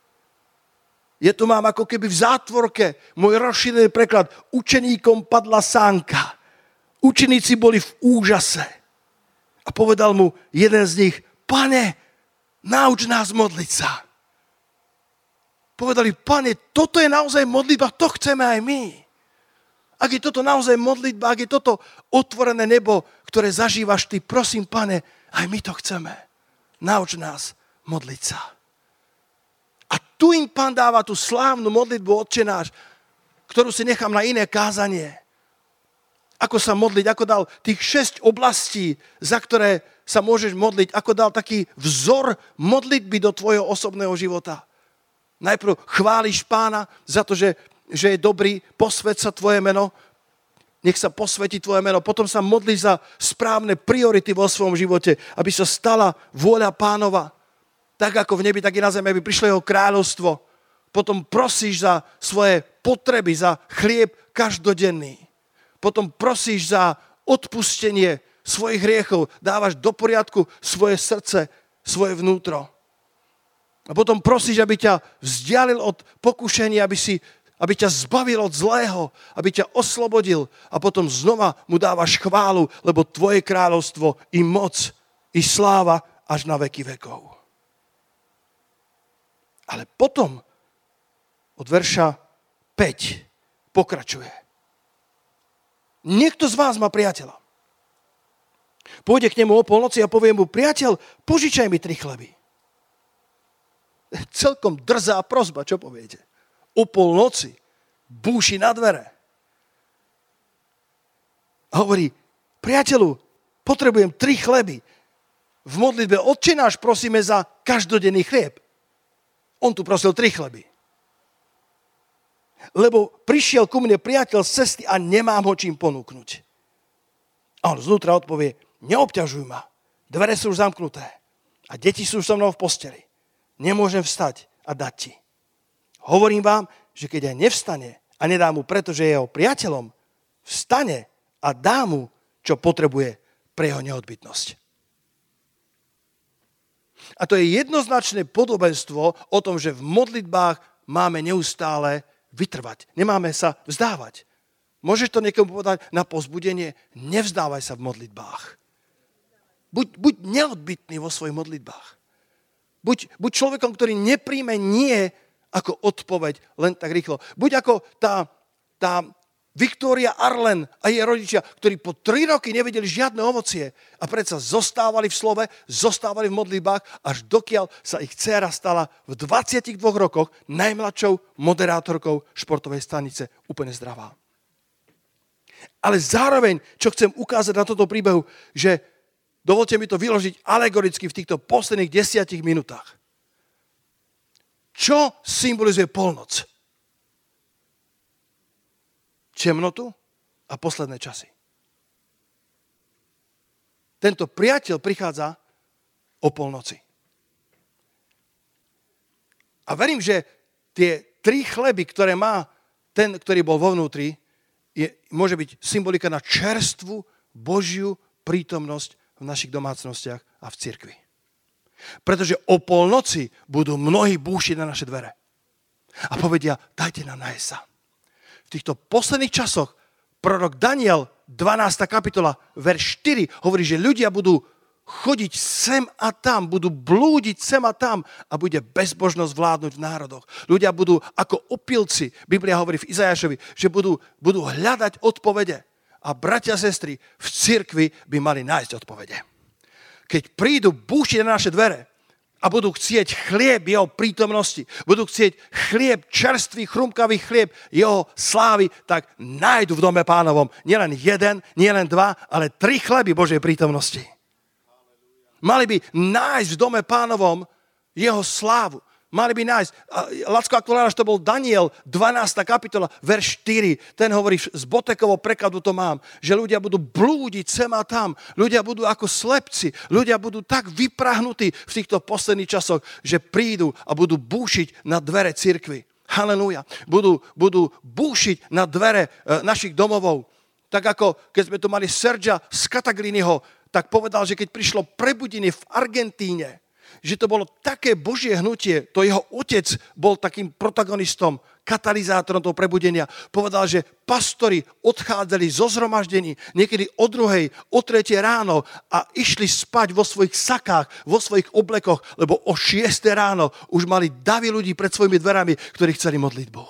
B: je tu mám ako keby v zátvorke, môj rozšírený preklad, učeníkom padla sánka. Učeníci boli v úžase. A povedal mu jeden z nich, Pane, nauč nás modliť sa. Povedali, Pane, toto je naozaj modlitba, to chceme aj my. Ak je toto naozaj modlitba, ak je toto otvorené nebo, ktoré zažívaš ty, prosím, Pane, aj my to chceme. Nauč nás modliť sa. A tu im Pán dáva tú slávnu modlitbu Otče náš, ktorú si nechám na iné kázanie. Ako sa modliť, ako dal tých 6 oblastí, za ktoré sa môžeš modliť, ako dal taký vzor modlitby do tvojho osobného života. Najprv chváliš Pána za to, že je dobrý, posväť sa tvoje meno, nech sa posvätí tvoje meno, potom sa modlíš za správne priority vo svojom živote, aby sa stala vôľa Pánova. Tak ako v nebi, tak i na zemi, aby prišlo jeho kráľovstvo. Potom prosíš za svoje potreby, za chlieb každodenný. Potom prosíš za odpustenie svojich hriechov. Dávaš do poriadku svoje srdce, svoje vnútro. A potom prosíš, aby ťa vzdialil od pokušenia, aby ťa zbavil od zlého, aby ťa oslobodil. A potom znova mu dávaš chválu, lebo tvoje kráľovstvo i moc, i sláva až na veky vekov. Ale potom od verša 5 pokračuje. Niekto z vás má priateľa. Pôjde k nemu o polnoci a povie mu, priateľ, požičaj mi 3 chleby. Celkom drzá prosba, čo poviete? O polnoci búši na dvere. A hovorí, priateľu, potrebujem 3 chleby. V modlitbe Otče náš prosíme za každodenný chlieb. On tu prosil 3 chleby. Lebo prišiel ku mne priateľ z cesty a nemám ho čím ponúknuť. A on znútra odpovie, neobťažuj ma, dvere sú už zamknuté a deti sú so mnou v posteli. Nemôžem vstať a dať ti. Hovorím vám, že keď aj nevstane a nedá mu, pretože je jeho priateľom, vstane a dá mu, čo potrebuje pre jeho neodbytnosť. A to je jednoznačné podobenstvo o tom, že v modlitbách máme neustále vytrvať. Nemáme sa vzdávať. Môžeš to niekomu povedať na povzbudenie? Nevzdávaj sa v modlitbách. Buď neodbytný vo svojich modlitbách. Buď človekom, ktorý nepríjme nie ako odpoveď len tak rýchlo. Buď ako tá Viktória Arlen a jej rodičia, ktorí po 3 roky nevedeli žiadne ovocie a predsa zostávali v slove, zostávali v modlitbách, až dokiaľ sa ich dcéra stala v 22 rokoch najmladšou moderátorkou športovej stanice, úplne zdravá. Ale zároveň, čo chcem ukázať na toto príbehu, že dovolte mi to vyložiť alegoricky v týchto posledných 10 minútach. Čo symbolizuje polnoc? Temnotu a posledné časy. Tento priateľ prichádza o polnoci. A verím, že tie 3 chleby, ktoré má ten, ktorý bol vo vnútri, môže byť symbolika na čerstvú Božiu prítomnosť v našich domácnostiach a v cirkvi. Pretože o polnoci budú mnohí búšiť na naše dvere. A povedia, dajte nám nájsť sa. V týchto posledných časoch prorok Daniel, 12. kapitola, verš 4, hovorí, že ľudia budú chodiť sem a tam, budú blúdiť sem a tam a bude bezbožnosť vládnuť v národoch. Ľudia budú ako opilci, Biblia hovorí v Izajašovi, že budú hľadať odpovede. A bratia a sestry, v cirkvi by mali nájsť odpovede. Keď prídu búšiť na naše dvere a budú chcieť chlieb jeho prítomnosti, budú chcieť chlieb, čerstvý, chrumkavý chlieb jeho slávy, tak nájdu v dome Pánovom nielen 1, nielen 2, ale 3 chleby Božej prítomnosti. Mali by nájsť v dome Pánovom jeho slávu. Mali by nájsť. Lacko aktuáľ, to bol Daniel, 12. kapitola, verš 4. Ten hovorí, z Botekovo prekladu to mám, že ľudia budú blúdiť sem a tam. Ľudia budú ako slepci. Ľudia budú tak vyprahnutí v týchto posledných časoch, že prídu a budú búšiť na dvere cirkvi. Halelúja. Budú búšiť na dvere našich domovov. Tak ako keď sme tu mali Sergia z Katagliniho, tak povedal, že keď prišlo prebudenie v Argentíne, že to bolo také Božie hnutie, to jeho otec bol takým protagonistom, katalizátorom toho prebudenia. Povedal, že pastori odchádzali zo zhromaždení niekedy o 2:00, o 3:00 ráno a išli spať vo svojich sakách, vo svojich oblekoch, lebo o 6:00 ráno už mali davy ľudí pred svojimi dverami, ktorí chceli modlitbu.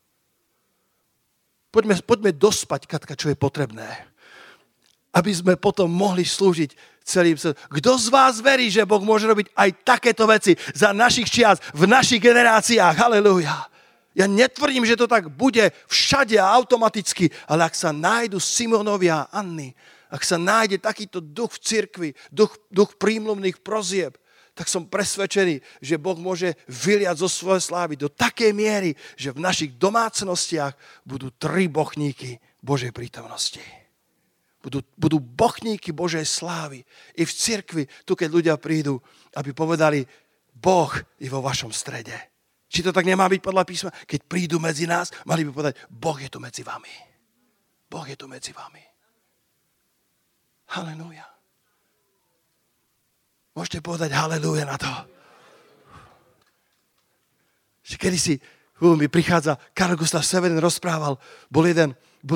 B: Poďme dospať, Katka, čo je potrebné, aby sme potom mohli slúžiť celým srdcom. Kto z vás verí, že Boh môže robiť aj takéto veci za našich čias, v našich generáciách? Halelúja. Ja netvrdím, že to tak bude všade a automaticky, ale ak sa nájdu Simonovia a Anny, ak sa nájde takýto duch v cirkvi, duch prímluvných prozieb, tak som presvedčený, že Boh môže vyliať zo svojej slávy do takej miery, že v našich domácnostiach budú 3 bochníky Božej prítomnosti. Budú bochníky Božej slávy. I v cirkvi, tu keď ľudia prídu, aby povedali, Boh je vo vašom strede. Či to tak nemá byť podľa písma? Keď prídu medzi nás, mali by povedať, Boh je tu medzi vami. Boh je tu medzi vami. Halelúja. Môžete povedať halelúja na to. Kedy si mi prichádza, Karl Gustav Severin rozprával, bol jeden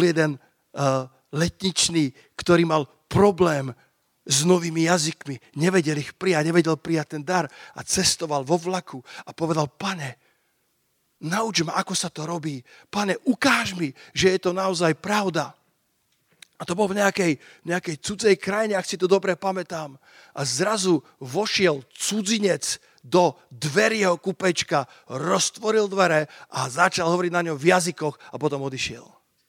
B: letničný, ktorý mal problém s novými jazykmi. Nevedel ich prijať, nevedel prijať ten dar a cestoval vo vlaku a povedal, Pane, nauč ma, ako sa to robí. Pane, ukáž mi, že je to naozaj pravda. A to bol v nejakej cudzej krajine, ak si to dobre pamätám. A zrazu vošiel cudzinec do dverí jeho kúpečka, roztvoril dvere a začal hovoriť na ňom v jazykoch a potom odišiel.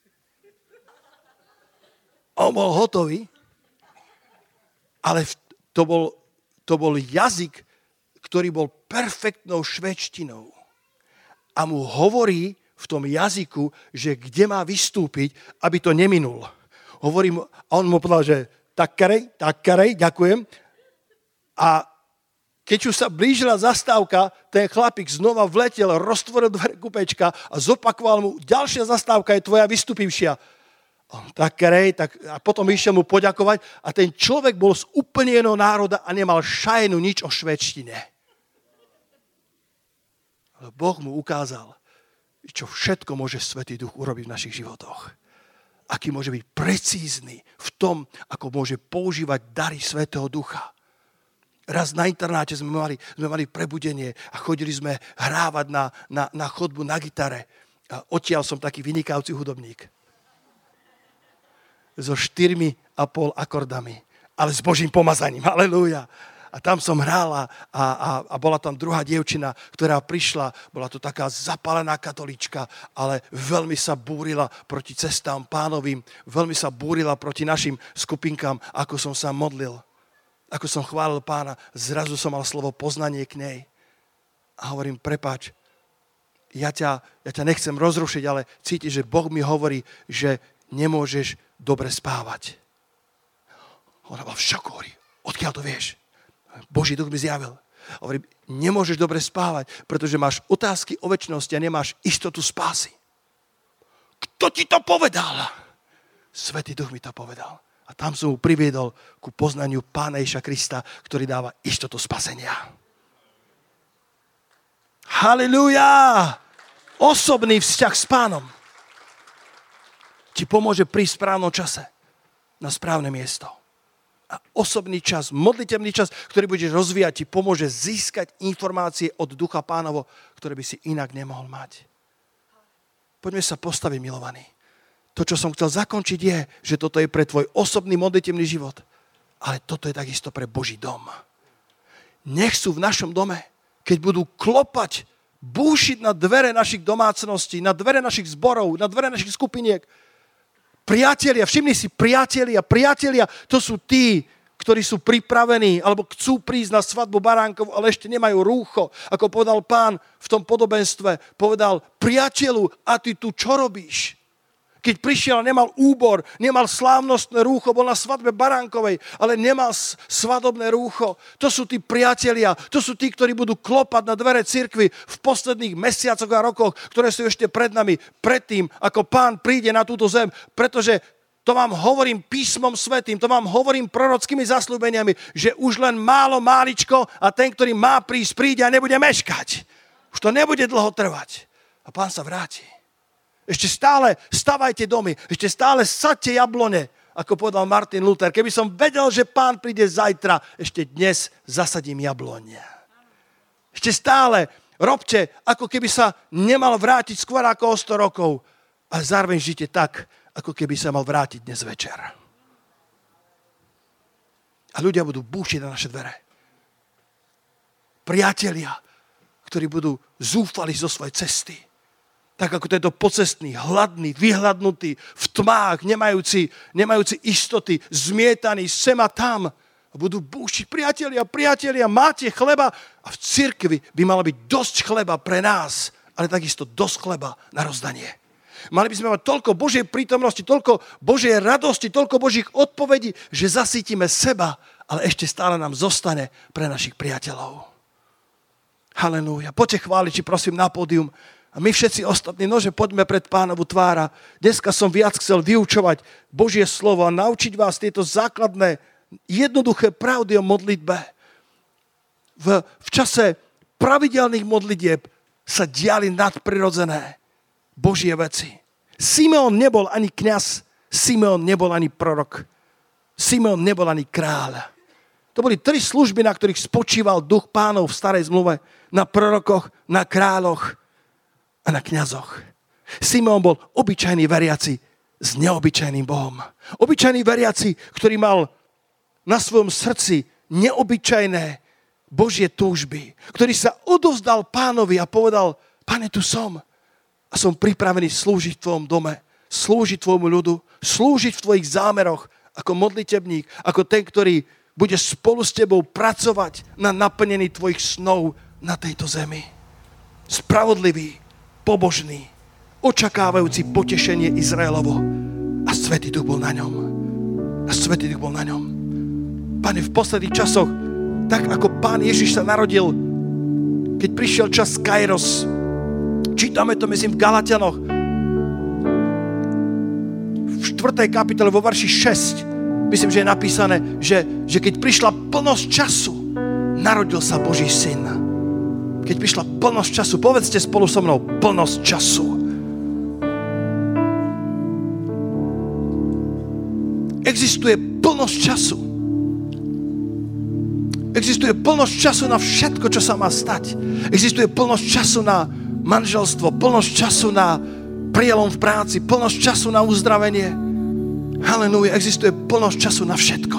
B: On bol hotový, ale to bol jazyk, ktorý bol perfektnou švédštinou. A mu hovorí v tom jazyku, že kde má vystúpiť, aby to neminul. A on mu povedal, že takkarej, ďakujem. A keď už sa blížila zastávka, ten chlapík znova vletel, roztvoril dvere kúpečka a zopakoval mu, ďalšia zastávka je tvoja, vystúpivšia. Tak a potom išiel mu poďakovať a ten človek bol z úplne iného národa a nemal šajnu nič o švédštine. Ale Boh mu ukázal, čo všetko môže Svätý Duch urobiť v našich životoch. aký môže byť precízny v tom, ako môže používať dary Svätého Ducha. Raz na internáte sme mali prebudenie a chodili sme hrávať na chodbu na gitare. A odtiaľ som taký vynikajúci hudobník. So 4,5 akordami, ale s Božím pomazaním. Halelúja. A tam som hral a bola tam druhá dievčina, ktorá prišla, bola to taká zapálená katolíčka, ale veľmi sa búrila proti cestám pánovým, veľmi sa búrila proti našim skupinkám, ako som sa modlil, ako som chválil pána, zrazu som mal slovo poznanie k nej. A hovorím, prepáč, ja ťa nechcem rozrušiť, ale cítiš, že Boh mi hovorí, že nemôžeš dobre spávať. Ona bola v šoku, hovorí, odkiaľ to vieš? Boží duch mi zjavil. Hovorí, nemôžeš dobre spávať, pretože máš otázky o večnosti a nemáš istotu spásy. Kto ti to povedal? Svätý duch mi to povedal. A tam som mu priviedol ku poznaniu Pána Ježiša Krista, ktorý dáva istotu spasenia. Halelúja! Osobný vzťah s Pánom ti pomôže prísť v správnom čase na správne miesto. A osobný čas, modlitebný čas, ktorý budeš rozvíjať, ti pomôže získať informácie od Ducha Pánovo, ktoré by si inak nemohol mať. Poďme sa postaviť, milovaní. To, čo som chcel zakončiť, je, že toto je pre tvoj osobný modlitebný život. Ale toto je takisto pre Boží dom. Nech sú v našom dome, keď budú klopať, búšiť na dvere našich domácností, na dvere našich zborov, na dvere našich skupiniek, priatelia, všimni si, priatelia, to sú tí, ktorí sú pripravení, alebo chcú prísť na svadbu baránkov, ale ešte nemajú rúcho. Ako povedal Pán v tom podobenstve, povedal, priateľu, a ty tu čo robíš? Keď prišiel a nemal úbor, nemal slávnostné rúcho, bol na svadbe baránkovej, ale nemal svadobné rúcho. To sú tí priatelia, to sú tí, ktorí budú klopať na dvere cirkvi v posledných mesiacoch a rokoch, ktoré sú ešte pred nami, predtým, ako Pán príde na túto zem, pretože to vám hovorím písmom svätým, to vám hovorím prorockými zasľúbeniami, že už len máličko a ten, ktorý má prísť, príde a nebude meškať. Už to nebude dlho trvať. A Pán sa vráti. Ešte stále stavajte domy, ešte stále sadte jablone, ako povedal Martin Luther. Keby som vedel, že Pán príde zajtra, ešte dnes zasadím jabloň. Ešte stále robte, ako keby sa nemal vrátiť skôr ako o 100 rokov, ale zároveň žite tak, ako keby sa mal vrátiť dnes večer. A ľudia budú búšiť na naše dvere. Priatelia, ktorí budú zúfali zo svojej cesty. Tak ako tento pocestný, hladný, vyhladnutý, v tmách, nemajúci istoty, zmietaný sem a tam. Budú búšiť, priatelia, máte chleba? A v cirkvi by malo byť dosť chleba pre nás, ale takisto dosť chleba na rozdanie. Mali by sme mať toľko Božej prítomnosti, toľko Božej radosti, toľko Božích odpovedí, že zasítime seba, ale ešte stále nám zostane pre našich priateľov. Halelúja. Poďte chváliči, prosím, na pódium. A my všetci ostatní, nože poďme pred Pánovu tvára. Dneska som viac chcel vyučovať Božie slovo a naučiť vás tieto základné, jednoduché pravdy o modlitbe. V čase pravidelných modlitieb sa diali nadprirodzené Božie veci. Simeon nebol ani kňaz, Simeon nebol ani prorok, Simeon nebol ani kráľ. To boli 3 služby, na ktorých spočíval duch Pánov v starej zmluve. Na prorokoch, na kráľoch a na kňazoch. Simeon bol obyčajný veriaci s neobyčajným Bohom. Obyčajný veriaci, ktorý mal na svojom srdci neobyčajné Božie túžby, ktorý sa odovzdal Pánovi a povedal, Pane, tu som a som pripravený slúžiť v tvojom dome, slúžiť tvojmu ľudu, slúžiť v tvojich zámeroch ako modlitebník, ako ten, ktorý bude spolu s tebou pracovať na naplnení tvojich snov na tejto zemi. Spravodlivý, pobožný, očakávajúci potešenie Izraelovo. A Svätý Duch bol na ňom. Pane, v posledných časoch, tak ako Pán Ježiš sa narodil, keď prišiel čas Kairos, čítame to, myslím, v Galatianoch, v 4. kapitole vo verši 6, myslím, že je napísané, že keď prišla plnosť času, narodil sa Boží syn. Keď prišla plnosť času, povedzte spolu so mnou, plnosť času. existuje plnosť času. Existuje plnosť času na všetko, čo sa má stať. Existuje plnosť času na manželstvo, plnosť času na prielom v práci, plnosť času na uzdravenie. Halelúja, existuje plnosť času na všetko.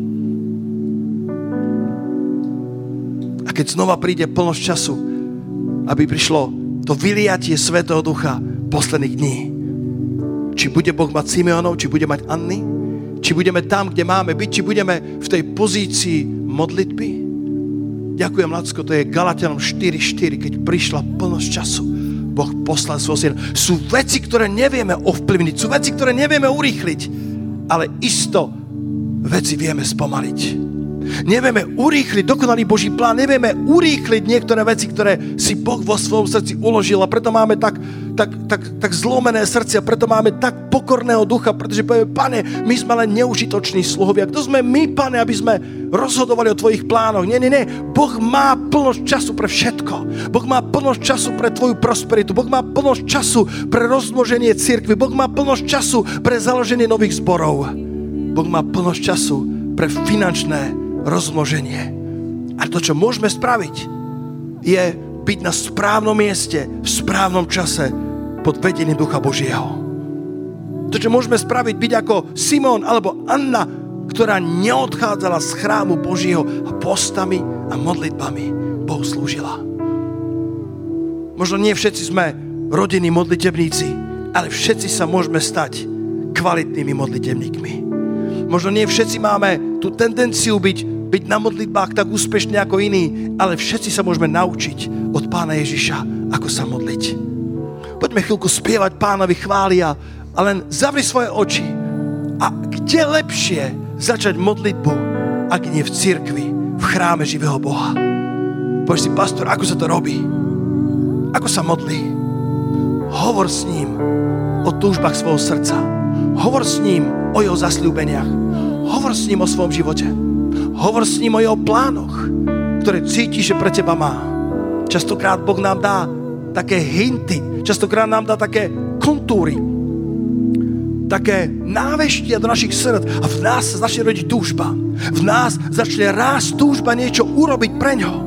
B: A keď znova príde plnosť času, aby prišlo to vyliatie Svätého Ducha posledných dní. Či bude Boh mať Simeonov, či bude mať Anny, či budeme tam, kde máme byť, či budeme v tej pozícii modlitby. Ďakujem, Lacko, to je Galatianom 4.4, keď prišla plnosť času. Boh poslal svojho syna. Sú veci, ktoré nevieme ovplyvniť, sú veci, ktoré nevieme urýchliť, ale isto veci vieme spomaliť. Nevieme urýchliť dokonalý Boží plán, nevieme urýchliť niektoré veci, ktoré si Boh vo svojom srdci uložil a preto máme tak zlomené srdcia, preto máme tak pokorného ducha, pretože povieme, Pane, my sme len neužitoční sluhovia. Kto sme my, Pane, aby sme rozhodovali o tvojich plánoch? Nie. Boh má plnosť času pre všetko. Boh má plnosť času pre tvoju prosperitu. Boh má plnosť času pre rozmnoženie cirkvi. Boh má plnosť času pre založenie nových zborov. Boh má plnosť času pre finančné rozmnoženie. A to, čo môžeme spraviť, je byť na správnom mieste, v správnom čase, pod vedením Ducha Božieho. To, čo môžeme spraviť, byť ako Simón alebo Anna, ktorá neodchádzala z chrámu Božieho a postami a modlitbami Bohu slúžila. Možno nie všetci sme rodinní modlitebníci, ale všetci sa môžeme stať kvalitnými modlitebníkmi. Možno nie všetci máme tú tendenciu byť na modlitbách tak úspešní ako iní, ale všetci sa môžeme naučiť od Pána Ježiša, ako sa modliť. Poďme chvíľku spievať Pánovi chvály a len zavri svoje oči. A kde lepšie začať modlitbu, ak nie v cirkvi, v chráme živého Boha? Poď si, pastor, ako sa to robí? Ako sa modlí? Hovor s ním o túžbách svojho srdca. Hovor s ním o jeho zasľúbeniach. Hovor s ním o svojom živote. Hovor s ním o jeho plánoch, ktoré cítiš, že pre teba má. Častokrát Boh nám dá také hinty, častokrát nám dá také kontúry, také náveštia do našich srdc a v nás sa začne rodiť túžba. V nás začne rásť túžba niečo urobiť pre ňo.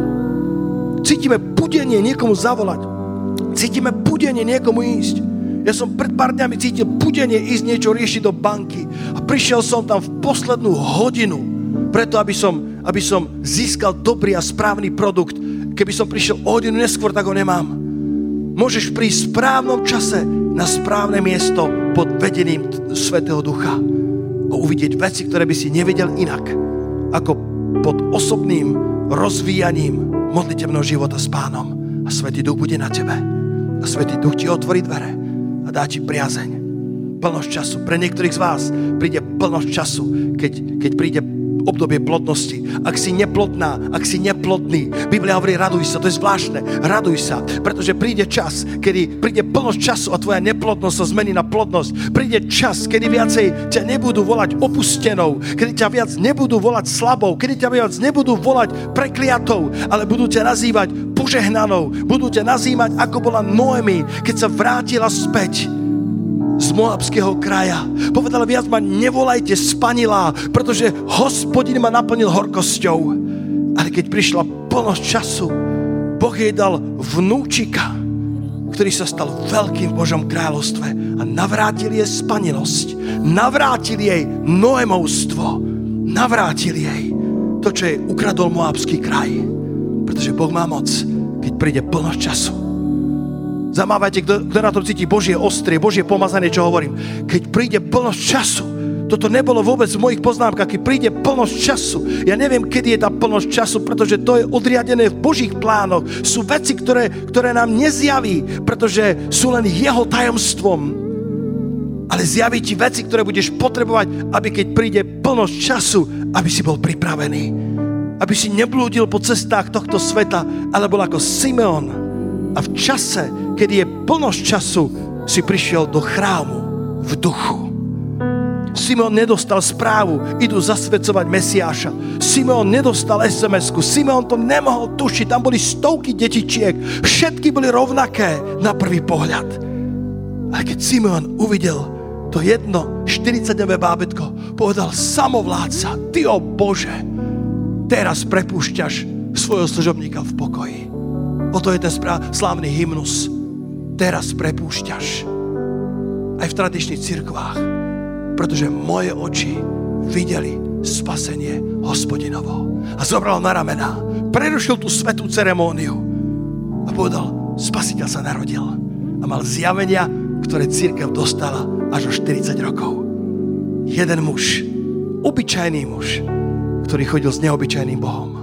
B: Cítime budenie niekomu zavolať. Cítime budenie niekomu ísť. Ja som pred pár dňami cítil budenie ísť niečo riešiť do banky a prišiel som tam v poslednú hodinu preto, aby som získal dobrý a správny produkt. Keby som prišiel o hodinu neskôr, tak ho nemám. Môžeš prísť v správnom čase na správne miesto pod vedením Svätého Ducha a uvidieť veci, ktoré by si nevedel inak, ako pod osobným rozvíjaním modlitebného života s Pánom. A Svätý Duch bude na tebe. A Svätý Duch ti otvorí dvere a dá ti priazeň. Plnosť času. Pre niektorých z vás príde plnosť času, keď príde obdobie plodnosti. Ak si neplodná, ak si neplodný, Biblia hovorí, raduj sa, to je zvláštne, raduj sa, pretože príde čas, kedy príde plnosť času a tvoja neplodnosť sa zmení na plodnosť. Príde čas, kedy viacej ťa nebudú volať opustenou, kedy ťa viac nebudú volať slabou, kedy ťa viac nebudú volať prekliatou, ale budú ťa nazývať požehnanou, budú ťa nazývať, ako bola Noemi, keď sa vrátila späť z Moabského kraja. Povedala, viac ma nevolajte spanilá, pretože Hospodin ma naplnil horkosťou. Ale keď prišla plnosť času, Boh jej dal vnúčika, ktorý sa stal veľkým v Božom kráľovstve a navrátil jej spanilosť, navrátil jej Noemovstvo, navrátil jej to, čo jej ukradol Moabský kraj. Pretože Boh má moc, keď príde plnosť času. Zamávajte, kto na tom cíti Božie ostrie, Božie pomazanie, čo hovorím. Keď príde plnosť času, toto nebolo vôbec v mojich poznámkach, keď príde plnosť času. Ja neviem, kedy je tá plnosť času, pretože to je odriadené v Božích plánoch. Sú veci, ktoré nám nezjaví, pretože sú len jeho tajomstvom. Ale zjaví ti veci, ktoré budeš potrebovať, aby keď príde plnosť času, aby si bol pripravený. Aby si neblúdil po cestách tohto sveta, ale bol ako Simeon. A v čase, kedy je plnosť času, si prišiel do chrámu v duchu. Simeon nedostal správu, idú zasvedcovať Mesiáša. Simeon nedostal SMS-ku, Simeon to nemohol tušiť, tam boli stovky detičiek, všetky boli rovnaké na prvý pohľad. Ale keď Simeon uvidel to jedno 40-dňové bábätko povedal samovládca, ty o Bože, teraz prepúšťaš svojho služobníka v pokoji. Oto je ten slávny hymnus. Teraz prepúšťaš. Aj v tradičných cirkvách. Pretože moje oči videli spasenie Hospodinovo. A zobral na ramena. Prerušil tú svätú ceremóniu. A povedal, Spasiteľ sa narodil. A mal zjavenia, ktoré cirkev dostala až o 40 rokov. Jeden muž, obyčajný muž, ktorý chodil s neobyčajným Bohom.